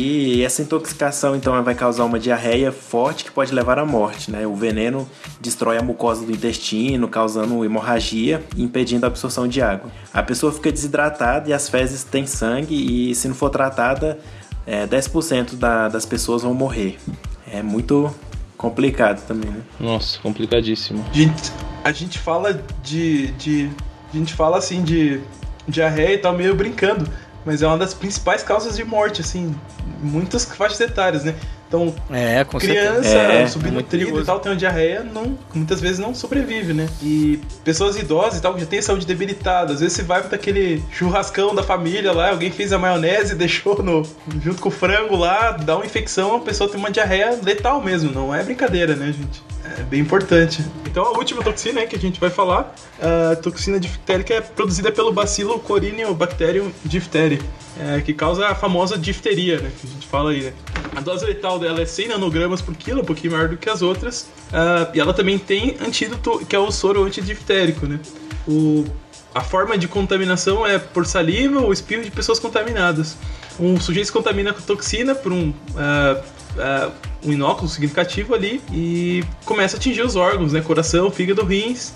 E essa intoxicação, então, vai causar uma diarreia forte que pode levar à morte, né? O veneno destrói a mucosa do intestino, causando hemorragia e impedindo a absorção de água. A pessoa fica desidratada e as fezes têm sangue e, se não for tratada, é, dez por cento da, das pessoas vão morrer. É muito complicado também, né? Nossa, complicadíssimo. Gente, a gente fala de, de... A gente fala, assim, de diarreia e tal, meio brincando. Mas é uma das principais causas de morte, assim, muitas faixas etárias, né? Então, é, com criança é, subnutrida é e tal, tem uma diarreia, não, muitas vezes não sobrevive, né? E pessoas idosas e tal, que já tem saúde debilitada, às vezes você vai pra aquele churrascão da família lá, alguém fez a maionese e deixou no, junto com o frango lá, dá uma infecção, a pessoa tem uma diarreia letal mesmo, não é brincadeira, né, gente? É bem importante. Então a última toxina, né, que a gente vai falar, a toxina diftérica é produzida pelo bacilo Corynebacterium diphtheriae, é, que causa a famosa difteria, né, que a gente fala aí, né. A dose letal dela é cem nanogramas por quilo, um pouquinho maior do que as outras, uh, e ela também tem antídoto, que é o soro antidiftérico, né. O, a forma de contaminação é por saliva ou espirro de pessoas contaminadas. Um sujeito se contamina com toxina por um... Uh, Uh, um inóculo significativo ali e começa a atingir os órgãos, né? Coração, fígado, rins.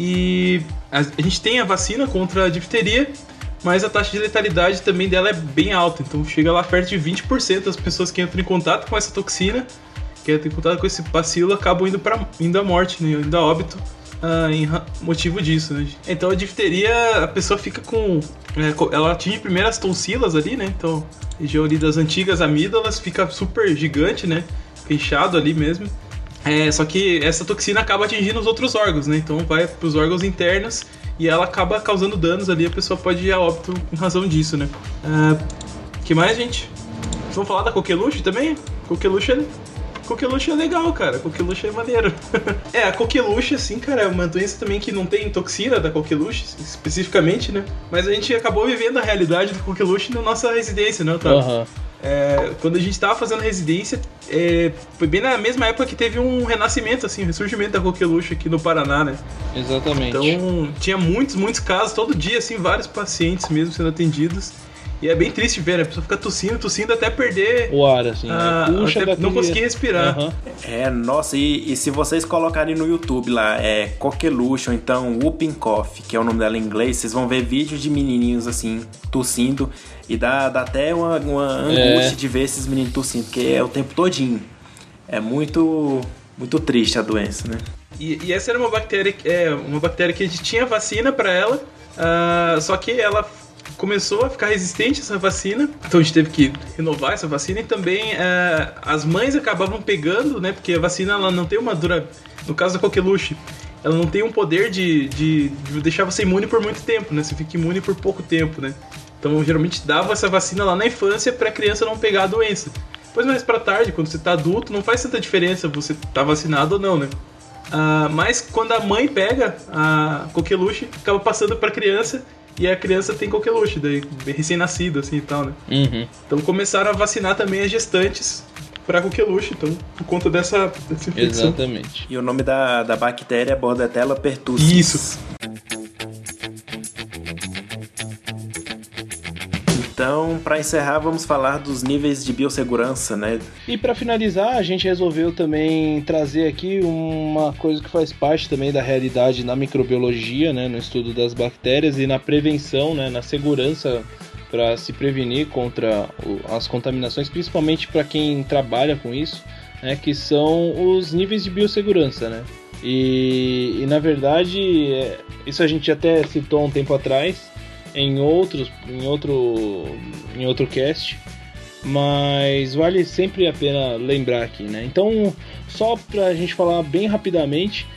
E a, a gente tem a vacina contra a difteria, mas a taxa de letalidade também dela é bem alta. Então chega lá perto de vinte por cento das pessoas que entram em contato com essa toxina, que entram em contato com esse bacilo, acabam indo, pra, indo à morte, né? Indo a óbito. Uh, em motivo disso, né? Então a difteria, a pessoa fica com... É, ela atinge primeiro as tonsilas ali, né? Então, região ali das antigas amígdalas, fica super gigante, né? Fechado ali mesmo. É, só que essa toxina acaba atingindo os outros órgãos, né? Então vai pros órgãos internos e ela acaba causando danos ali, a pessoa pode ir a óbito em razão disso, né? Uh, que mais, gente? Vamos falar da coqueluche também? Coqueluche é... Coqueluche é legal, cara. Coqueluche é maneiro. É, a coqueluche, assim, cara, é uma doença também que não tem toxina da coqueluche, especificamente, né? Mas a gente acabou vivendo a realidade do coqueluche na nossa residência, né, Otávio? Uhum. É, quando a gente tava fazendo residência, é, foi bem na mesma época que teve um renascimento, assim, um ressurgimento da coqueluche aqui no Paraná, né? Exatamente. Então, tinha muitos, muitos casos, todo dia, assim, vários pacientes mesmo sendo atendidos. E é bem triste ver, né? A pessoa fica tossindo, tossindo até perder o ar, assim. A, né? Puxa até daquele... não conseguir respirar. Uhum. É, nossa, e, e se vocês colocarem no YouTube lá, é coqueluche, ou então whooping cough, que é o nome dela em inglês, vocês vão ver vídeos de menininhos, assim, tossindo, e dá, dá até uma, uma angústia é. de ver esses meninos tossindo, porque é o tempo todinho. É muito, muito triste a doença, né? E, e essa era uma bactéria, é, uma bactéria que a gente tinha vacina pra ela, uh, só que ela começou a ficar resistente a essa vacina, então a gente teve que renovar essa vacina, e também uh, as mães acabavam pegando, né, porque a vacina ela não tem uma dura... No caso da coqueluche, ela não tem um poder de, de, de deixar você imune por muito tempo, né, você fica imune por pouco tempo, né. Então geralmente dava essa vacina lá na infância pra criança não pegar a doença. Depois mais pra tarde, quando você tá adulto, não faz tanta diferença você tá vacinado ou não, né. Uh, mas quando a mãe pega a coqueluche, acaba passando pra criança, e a criança tem coqueluche, daí recém-nascido, assim e tal, né? Uhum. Então começaram a vacinar também as gestantes pra coqueluche, então, por conta dessa, dessa infecção. Exatamente. E o nome da, da bactéria é Bordetella pertussis. Isso. Então, para encerrar, vamos falar dos níveis de biossegurança, né? E para finalizar, a gente resolveu também trazer aqui uma coisa que faz parte também da realidade na microbiologia, né, no estudo das bactérias e na prevenção, né, na segurança para se prevenir contra as contaminações, principalmente para quem trabalha com isso, né, que são os níveis de biossegurança, né? E, e na verdade, isso a gente até citou um tempo atrás, em outros, em outro, em outro cast, mas vale sempre a pena lembrar aqui, né? Então, só pra gente falar bem rapidamente,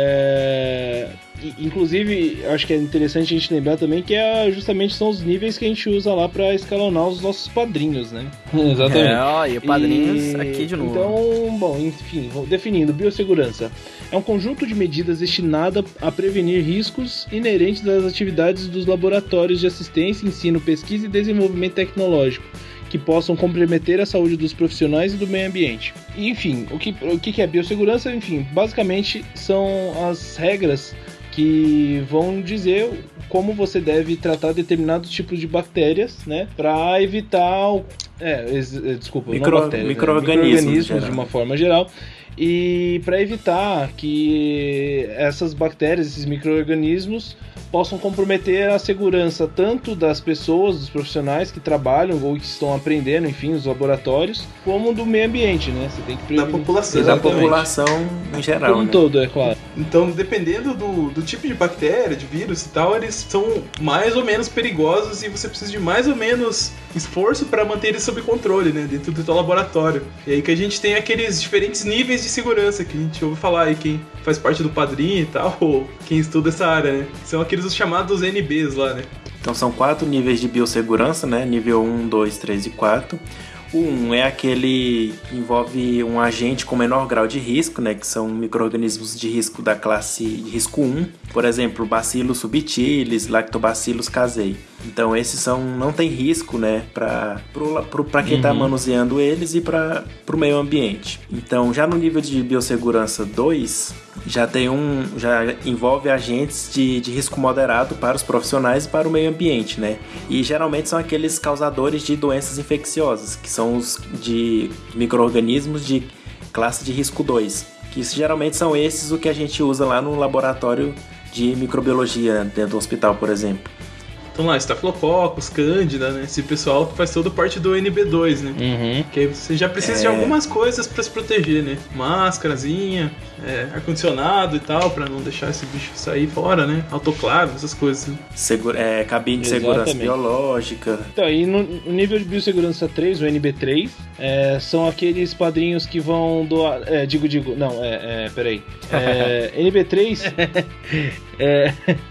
é... inclusive, acho que é interessante a gente lembrar também que é, justamente são os níveis que a gente usa lá pra escalonar os nossos padrinhos, né? Exatamente. É, ó, e padrinhos e... aqui de novo. Então, bom, enfim, definindo, biossegurança é um conjunto de medidas destinado a prevenir riscos inerentes às atividades dos laboratórios de assistência, ensino, pesquisa e desenvolvimento tecnológico, que possam comprometer a saúde dos profissionais e do meio ambiente. E, enfim, o que, o que é biossegurança? Enfim, basicamente são as regras que vão dizer como você deve tratar determinados tipos de bactérias, né, para evitar, o, é, desculpa, Micro, não bactérias, micro-organismos, né, micro-organismos de uma forma geral, e para evitar que essas bactérias, esses micro-organismos possam comprometer a segurança tanto das pessoas, dos profissionais que trabalham ou que estão aprendendo, enfim, os laboratórios, como do meio ambiente, né? Você tem que prevenir. Da população. Da população em geral, como um né? todo, é claro. Então, dependendo do, do tipo de bactéria, de vírus e tal, eles são mais ou menos perigosos e você precisa de mais ou menos esforço para manter eles sob controle, né? Dentro do teu laboratório. E aí que a gente tem aqueles diferentes níveis de segurança que a gente ouve falar aí, quem faz parte do padrinho e tal, ou quem estuda essa área, né? São aqueles os chamados N Bs lá, né? Então são quatro níveis de biossegurança, né? Nível um, dois, três e quatro. O um é aquele que envolve um agente com menor grau de risco, né? Que são micro-organismos de risco da classe de risco um. Por exemplo, Bacillus subtilis, Lactobacillus casei. Então esses são, não tem risco, né? Para quem está uhum. manuseando eles e para o meio ambiente. Então já no nível de biossegurança dois, já tem um, já envolve agentes de, de risco moderado para os profissionais e para o meio ambiente, né? E geralmente são aqueles causadores de doenças infecciosas, que são os de micro-organismos de classe de risco dois, que geralmente são esses o que a gente usa lá no laboratório de microbiologia dentro do hospital, por exemplo. Então lá, Staphylococcus, Cândida, né? Esse pessoal que faz toda parte do N B dois, né? Uhum. Que aí você já precisa é. de algumas coisas pra se proteger, né? Máscarazinha, é, ar-condicionado e tal, pra não deixar esse bicho sair fora, né? Autoclave, essas coisas. Né? Segura, é, cabine de segurança biológica. Então, e no nível de biossegurança três, o N B três, é, são aqueles padrinhos que vão doar... É, digo, digo, não, é, é peraí. É, N B três... é,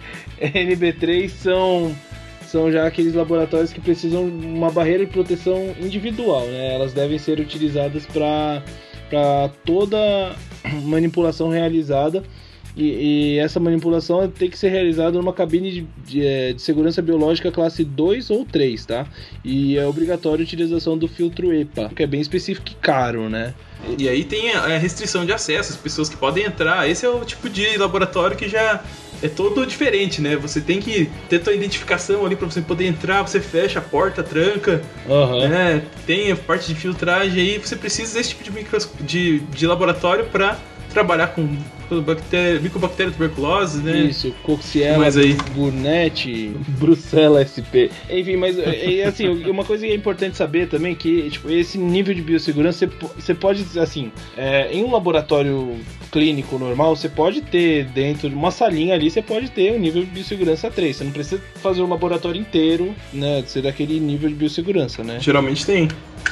N B três são... são já aqueles laboratórios que precisam de uma barreira de proteção individual, né? Elas devem ser utilizadas para para toda manipulação realizada e, e essa manipulação tem que ser realizada numa cabine de, de, de segurança biológica classe dois ou três, tá? E é obrigatória a utilização do filtro E P A, que é bem específico e caro, né? E aí tem a restrição de acesso, as pessoas que podem entrar. Esse é o tipo de laboratório que já é todo diferente, né? Você tem que ter tua identificação ali pra você poder entrar, você fecha a porta, tranca, uhum. né? Tem a parte de filtragem aí, você precisa desse tipo de, micros... de, de laboratório pra trabalhar com bactéria, micobactéria tuberculose, né? Isso, Coxiella, Burnet, Brucella S P. Enfim, mas é, assim, uma coisa que é importante saber também que tipo, esse nível de biossegurança você pode, assim, é, em um laboratório clínico normal, você pode ter dentro de uma salinha ali, você pode ter um nível de biossegurança três. Você não precisa fazer o laboratório inteiro, né? Ser daquele nível de biossegurança, né? Geralmente tem.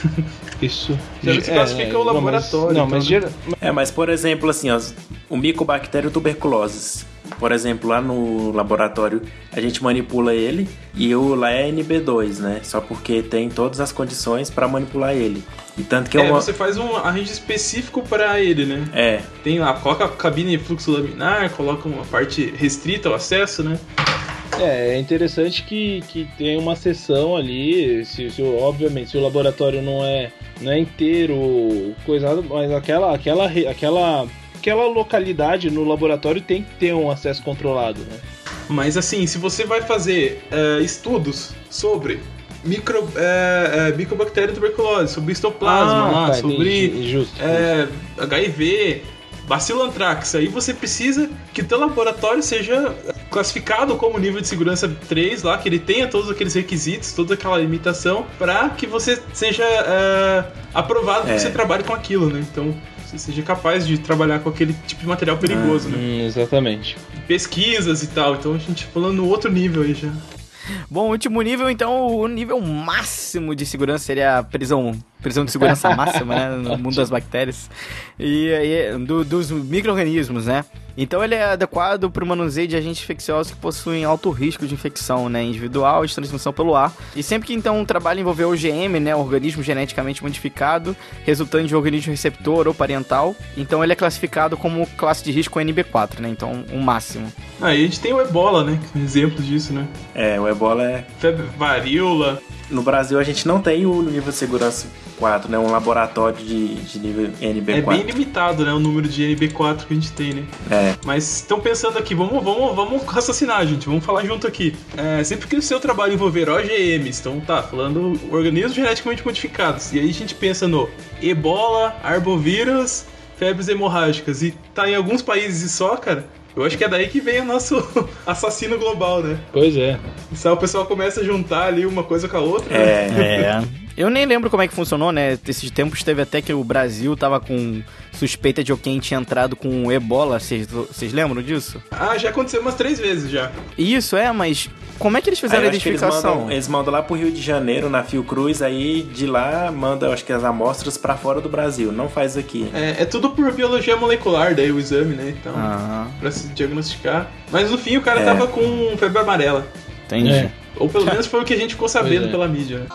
Isso. Já se classifica é, o laboratório. Não, mas, então, não, mas é, mas por exemplo, assim, ó, o Mycobacterium tuberculosis, por exemplo, lá no laboratório a gente manipula ele e o lá é N B dois, né? Só porque tem todas as condições para manipular ele. E tanto que é, uma... você faz um arranjo específico para ele, né? É. Tem lá, coloca a cabine de fluxo laminar, coloca uma parte restrita ao acesso, né? É, é interessante que, que tem uma seção ali, se, se, obviamente, se o laboratório não é, não é inteiro, coisado, mas aquela, aquela, aquela, aquela localidade no laboratório tem que ter um acesso controlado, né? Mas assim, se você vai fazer uh, estudos sobre micro, uh, uh, micobactéria tuberculose, sobre histoplasma, ah, lá, tá, sobre entendi, justo, uh, H I V, bacilo anthrax, aí você precisa que o teu laboratório seja classificado como nível de segurança três lá, que ele tenha todos aqueles requisitos, toda aquela limitação, para que você seja uh, aprovado é. que você trabalhe com aquilo, né? Então, você seja capaz de trabalhar com aquele tipo de material perigoso, ah, né? Hum, exatamente. Pesquisas e tal, então a gente falando no outro nível aí já. Bom, último nível, então, o nível máximo de segurança seria a prisão, prisão de segurança máxima, né, no mundo das bactérias e, e do, dos micro-organismos, né. Então ele é adequado para o manuseio de agentes infecciosos que possuem alto risco de infecção, né, individual e de transmissão pelo ar. E sempre que então um trabalho envolver O G M, né, organismo geneticamente modificado, resultante de um organismo receptor ou parental, então ele é classificado como classe de risco N B quatro, né, então o um máximo. Aí a gente tem o ebola, né, exemplo disso, né. É, o ebola é... febre, varíola. No Brasil a gente não tem o nível de segurança quatro, né? Um laboratório de, de nível N B quatro. É bem limitado, né? O número de N B quatro que a gente tem, né? É. Mas estão pensando aqui, vamos, vamos, vamos raciocinar, gente. Vamos falar junto aqui. É, sempre que o seu trabalho envolver O G Ms, então tá, falando organismos geneticamente modificados. E aí a gente pensa no ebola, arbovírus, febres hemorrágicas. E tá em alguns países só, cara. Eu acho que é daí que vem o nosso assassino global, né? Pois é. Então o pessoal começa a juntar ali uma coisa com a outra. É, né? é. Eu nem lembro como é que funcionou, né? Esses tempos teve até que o Brasil tava com suspeita de alguém tinha entrado com ebola. Vocês lembram disso? Ah, já aconteceu umas três vezes já. Isso, é, mas como é que eles fizeram a identificação? Eles mandam, eles mandam lá pro Rio de Janeiro, na Fiocruz, aí de lá manda, acho que as amostras pra fora do Brasil, não faz aqui. É, é tudo por biologia molecular, daí o exame, né? Então, ah. pra se diagnosticar. Mas no fim o cara é. tava com febre amarela. Entendi. É. Ou pelo menos foi o que a gente ficou sabendo é. pela mídia, né?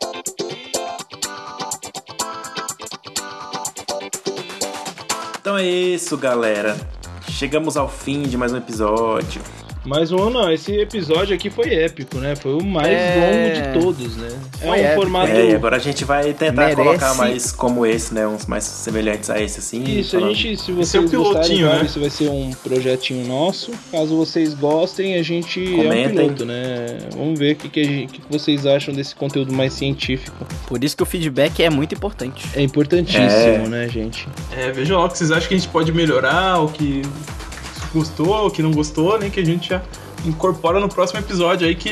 Então é isso, galera. Chegamos ao fim de mais um episódio. Mais um não, esse episódio aqui foi épico, né? Foi o mais É... longo de todos, né? É Foi um épico. formato... É, e agora a gente vai tentar Merece. colocar mais como esse, né? Uns mais semelhantes a esse, assim. Isso, falando... a gente, se Esse é vocês o pilotinho, gostarem, claro, né? isso vai ser um projetinho nosso. Caso vocês gostem, a gente Comentem. é um piloto, né? Vamos ver o que, que, a gente, que, que vocês acham desse conteúdo mais científico. Por isso que o feedback é muito importante. É importantíssimo, É. né, gente? É, vejam lá o que vocês acham que a gente pode melhorar, o que gostou, o que não gostou, né? Que a gente já incorpora no próximo episódio aí que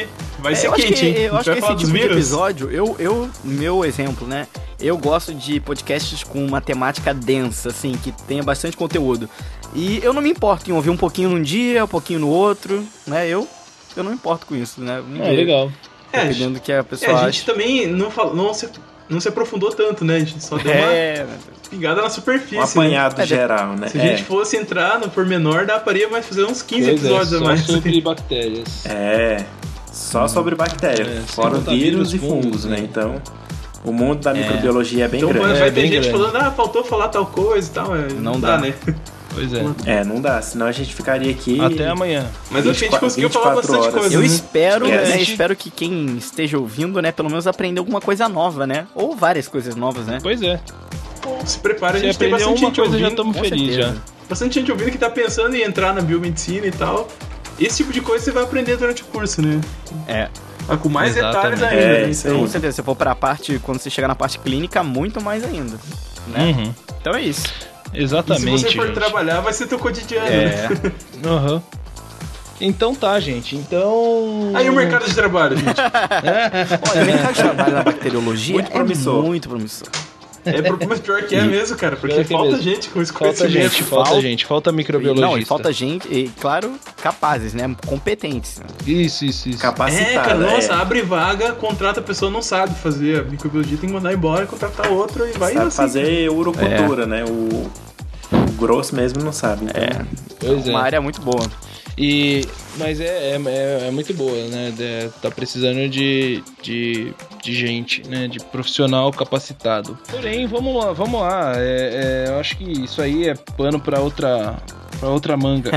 Vai É, ser eu acho quente, que, hein? eu A acho gente que vai esse falar dos tipo de vírus. episódio, eu, eu, meu exemplo, né? Eu gosto de podcasts com uma temática densa, assim, que tenha bastante conteúdo. E eu não me importo em ouvir um pouquinho num dia, um pouquinho no outro, né? Eu, eu não me importo com isso, né? Vamos É, ver, legal. É, dependendo do que a É, pessoa a gente acha. também não, fal- não, se, não se aprofundou tanto, né? A gente só deu uma É, pingada na superfície. Um apanhado né? geral, né? Se a É. gente fosse entrar no pormenor, dá para mais fazer uns quinze Pois é, episódios a só mais. sobre bactérias. É, só sobre bactéria, É, sem fora contar vírus vírus, e fungos, fungos, né? né? Então, o mundo da microbiologia é bem Então grande. vai É, ter bem gente grande. falando, ah, faltou falar tal coisa e tal. é, Não dá, dá. né? Pois é. É, não dá, senão a gente ficaria aqui... Até amanhã. Mas acho que a gente vinte e quatro conseguiu falar bastante horas. coisa. eu né? espero, Esquece. né? Espero que quem esteja ouvindo, né, pelo menos aprenda alguma coisa nova, né? Ou várias coisas novas, né? Pois é. Se prepara, a Se gente tem aprender bastante uma gente coisa, já ouvindo. estamos com felizes já. certeza. Bastante gente ouvindo que tá pensando em entrar na biomedicina e tal. Esse tipo de coisa você vai aprender durante o curso, né? É. Mas com mais Exatamente. detalhes ainda. É, né? isso Então, Com certeza, se for pra parte, quando você chegar na parte clínica, muito mais ainda, né? Uhum. Então é isso. e Exatamente, se você for gente. trabalhar, vai ser teu cotidiano, É. né? Aham. Então tá, gente. Então... Aí o mercado de trabalho, gente. Olha, o mercado de trabalho na bacteriologia Muito promissor. é muito promissor. É, pro- mas pior que é mesmo, cara, porque Pior que é falta mesmo. gente com esse Falta conhecimento. gente, falta Falta- gente. Falta E, microbiologista. não, e falta gente, e claro, capazes, né? Competentes. Isso, isso, isso. É, Capacitada, cara, nossa, é. abre vaga, contrata a pessoa, não sabe fazer. A microbiologia tem que mandar embora, contratar outra e vai Sabe assim. fazer urocultura, né? O, o grosso mesmo não sabe. Então, É. Pois é. Uma área muito boa. E, mas é, é, é, é muito boa, né? É, tá precisando de, de, de gente, né? De profissional capacitado. Porém, vamos lá, vamos lá. É, é, eu acho que isso aí é pano pra outra, pra outra manga.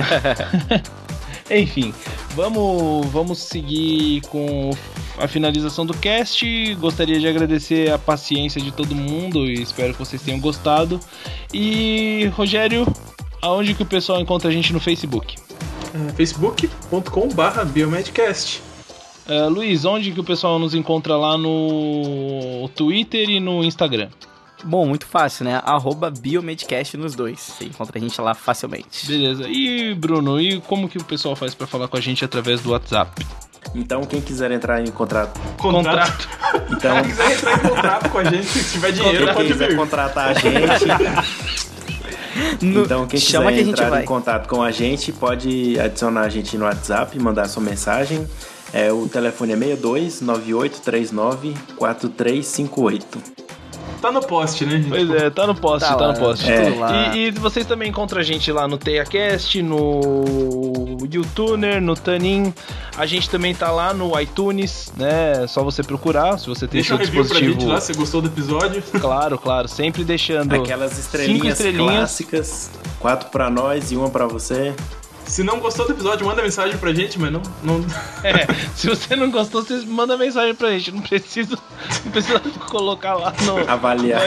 Enfim, vamos, vamos seguir com a finalização do cast. Gostaria de agradecer a paciência de todo mundo e espero que vocês tenham gostado. E, Rogério, aonde que o pessoal encontra a gente no Facebook? É, facebook ponto com barra biomedcast. Uh, Luiz, onde que o pessoal nos encontra lá no Twitter e no Instagram? Bom, muito fácil, né? Arroba Biomedcast nos dois. Você encontra a gente lá facilmente. Beleza. E, Bruno, e como que o pessoal faz pra falar com a gente através do WhatsApp? então, quem quiser entrar em contrato... Contrato. Então, Quem quiser entrar em contato com a gente, se tiver dinheiro, quem pode quiser vir. contratar a gente... No- Então, quem quiser chama que a gente entrar vai. em contato com a gente, pode adicionar a gente no WhatsApp, mandar sua mensagem. É, o telefone é seis dois nove oito três nove quatro três cinco oito. Tá no post, né, gente? Pois é, tá no post, Tá tá, lá, no post. é. tudo lá. E, e vocês também encontram a gente lá no TeiaCast, no YouTuner, no Tanin. A gente também tá lá no iTunes, né? É só você procurar, se você tem Deixa um seu review pra dispositivo. gente lá, se gostou do episódio. Claro, claro, sempre deixando Aquelas cinco estrelinhas, estrelinhas. clássicas, quatro pra nós e uma pra você. Se não gostou do episódio, manda mensagem pra gente, mas não... não... É, se você não gostou, você manda mensagem pra gente. Não precisa, não precisa colocar lá no. Avaliar.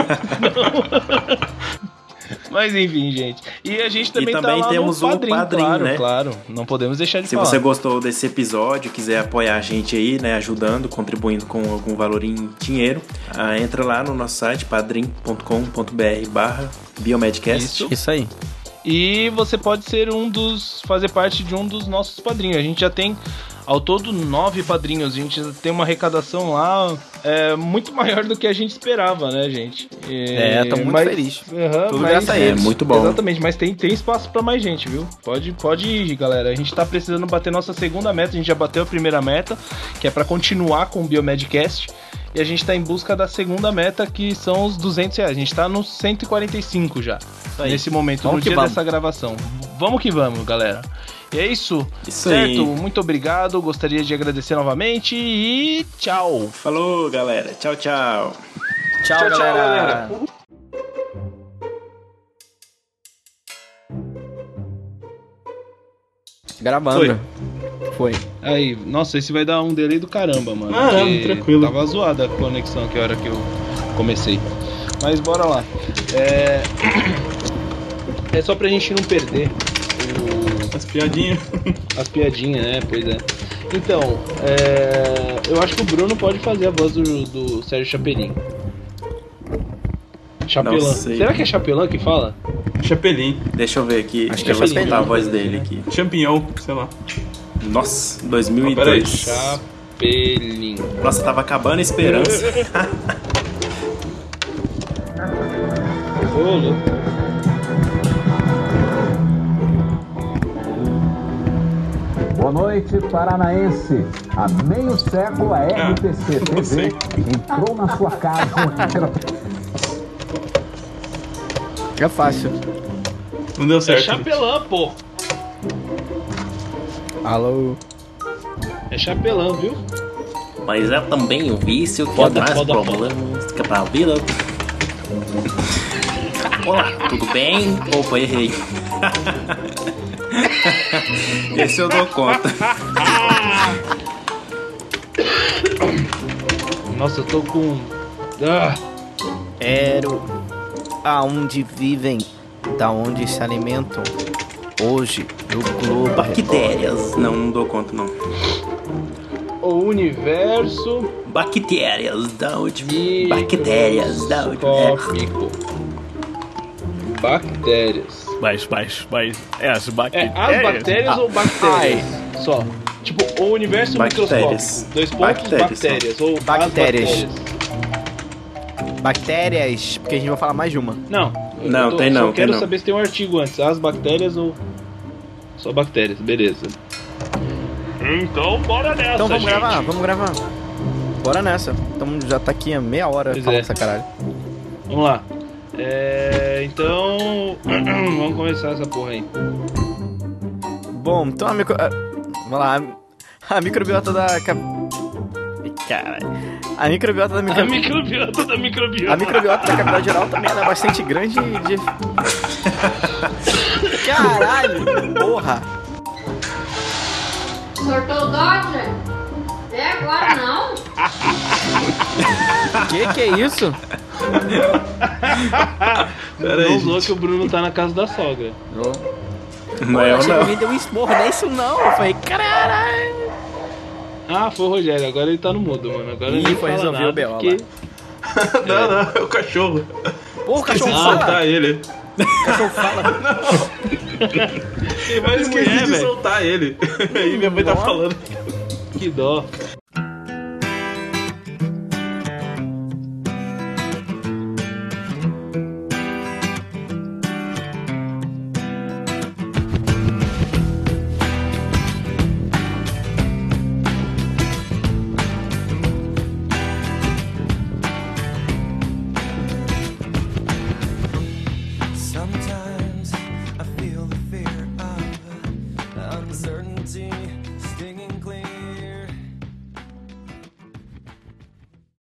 Não. Mas enfim, gente. E a gente também, E também tá lá temos no o Padrim, Padrim, claro, né? claro. Não podemos deixar de Se falar. você gostou desse episódio, quiser apoiar a gente aí, né, ajudando, contribuindo com algum valor em dinheiro, ah, entra lá no nosso site padrim ponto com ponto br barra biomedcast. Isso. Isso aí. E você pode ser um dos. fazer parte de um dos nossos padrinhos. A gente já tem ao todo nove padrinhos. A gente tem uma arrecadação lá é, muito maior do que a gente esperava, né, gente? É, tô muito mas- feliz. Aham, Tudo mas- graças a É eles. muito bom. Exatamente, mas tem, tem espaço pra mais gente, viu? Pode, pode ir, galera. A gente tá precisando bater nossa segunda meta. A gente já bateu a primeira meta, que é pra continuar com o Biomedcast. E a gente tá em busca da segunda meta, que são os duzentos reais. A gente tá no cento e quarenta e cinco já, aí. nesse momento, Vamos no que dia vamos. dessa gravação. Vamos que vamos, galera. E é isso. Isso certo? aí. Muito obrigado. Gostaria de agradecer novamente e tchau. Falou, galera. Tchau, tchau. Tchau, Tchau, tchau, galera. galera. Gravando. Foi. Foi. Aí, nossa, esse vai dar um delay do caramba, mano. Ah, não, porque tranquilo. Tava zoada a conexão que a hora que eu comecei. Mas bora lá. É, é só pra gente não perder o- As piadinhas. as piadinhas, né? Pois é. Então, é, eu acho que o Bruno pode fazer a voz do, do Sérgio Chapelin. Chapelin. Não sei. Será que é Chapelin que fala? Chapelim. Deixa eu ver aqui. Acho Acho que que eu é vou Chapelin. escutar a voz dele aqui. Champignon, sei lá. Nossa, dois mil e Ah, peraí. dois. Cha- Pelinho. Nossa, tava acabando a esperança. Ô, louco. Boa noite, paranaense. Há meio século a R T C T V entrou na sua casa. É fácil. Não deu É certo. chapelão, pô. Alô? É chapelão, viu? Mas é também um vício que Foda, traz foda, problemas que pra vida. Olá, tudo bem? Opa, errei. Esse eu dou conta. Nossa, eu tô com... Ah, Ero. Aonde vivem, da onde se alimentam, hoje, no globo. Bactérias. Não, não dou conta, não. o universo... Bactérias, da onde... Bactérias, da onde... É. microscópico. Bactérias. Mas, mas, mas, é as É, bactérias. as bactérias Ah, ou bactérias? Só. Tipo, o universo Bactérias. microscópico. Dois pontos, Bactérias, bactérias. Ou as Bactérias. bactérias. Bactérias, porque a gente vai falar mais de uma. Não. eu Não, tô- tem não, Só tem quero não. saber se tem um artigo antes. As bactérias ou... Só bactérias, beleza. Então, bora nessa, Então vamos gente. gravar, vamos gravar. Bora nessa. Então já tá aqui há meia hora Pois falando é. essa caralho. Vamos lá. É, então... vamos começar essa porra aí. Bom, então a micro... ah, vamos lá. A microbiota da... cap- Caralho. A microbiota da A microbiota... microbiota da microbiota. A microbiota da cavidade geral também ela é bastante grande de... Caralho! Porra! Sortou o Dodger? Até agora não. Que que é isso? Pera aí, Não usou gente. que o Bruno tá na casa da sogra. Não é eu, Achei que não. alguém deu um esporro, não é isso não. Eu falei, caralho! Ah, foi o Rogério. Agora ele tá no mudo, mano. Agora Ih, ele foi fala resolver nada o B O lá. porque... Não, não, é o cachorro. Porra, o cachorro Esqueci de fala! soltar ele. O cachorro fala! Tem Eu mais esqueci mulher, de velho. soltar ele. Aí minha mãe tá Nossa. falando. Que dó.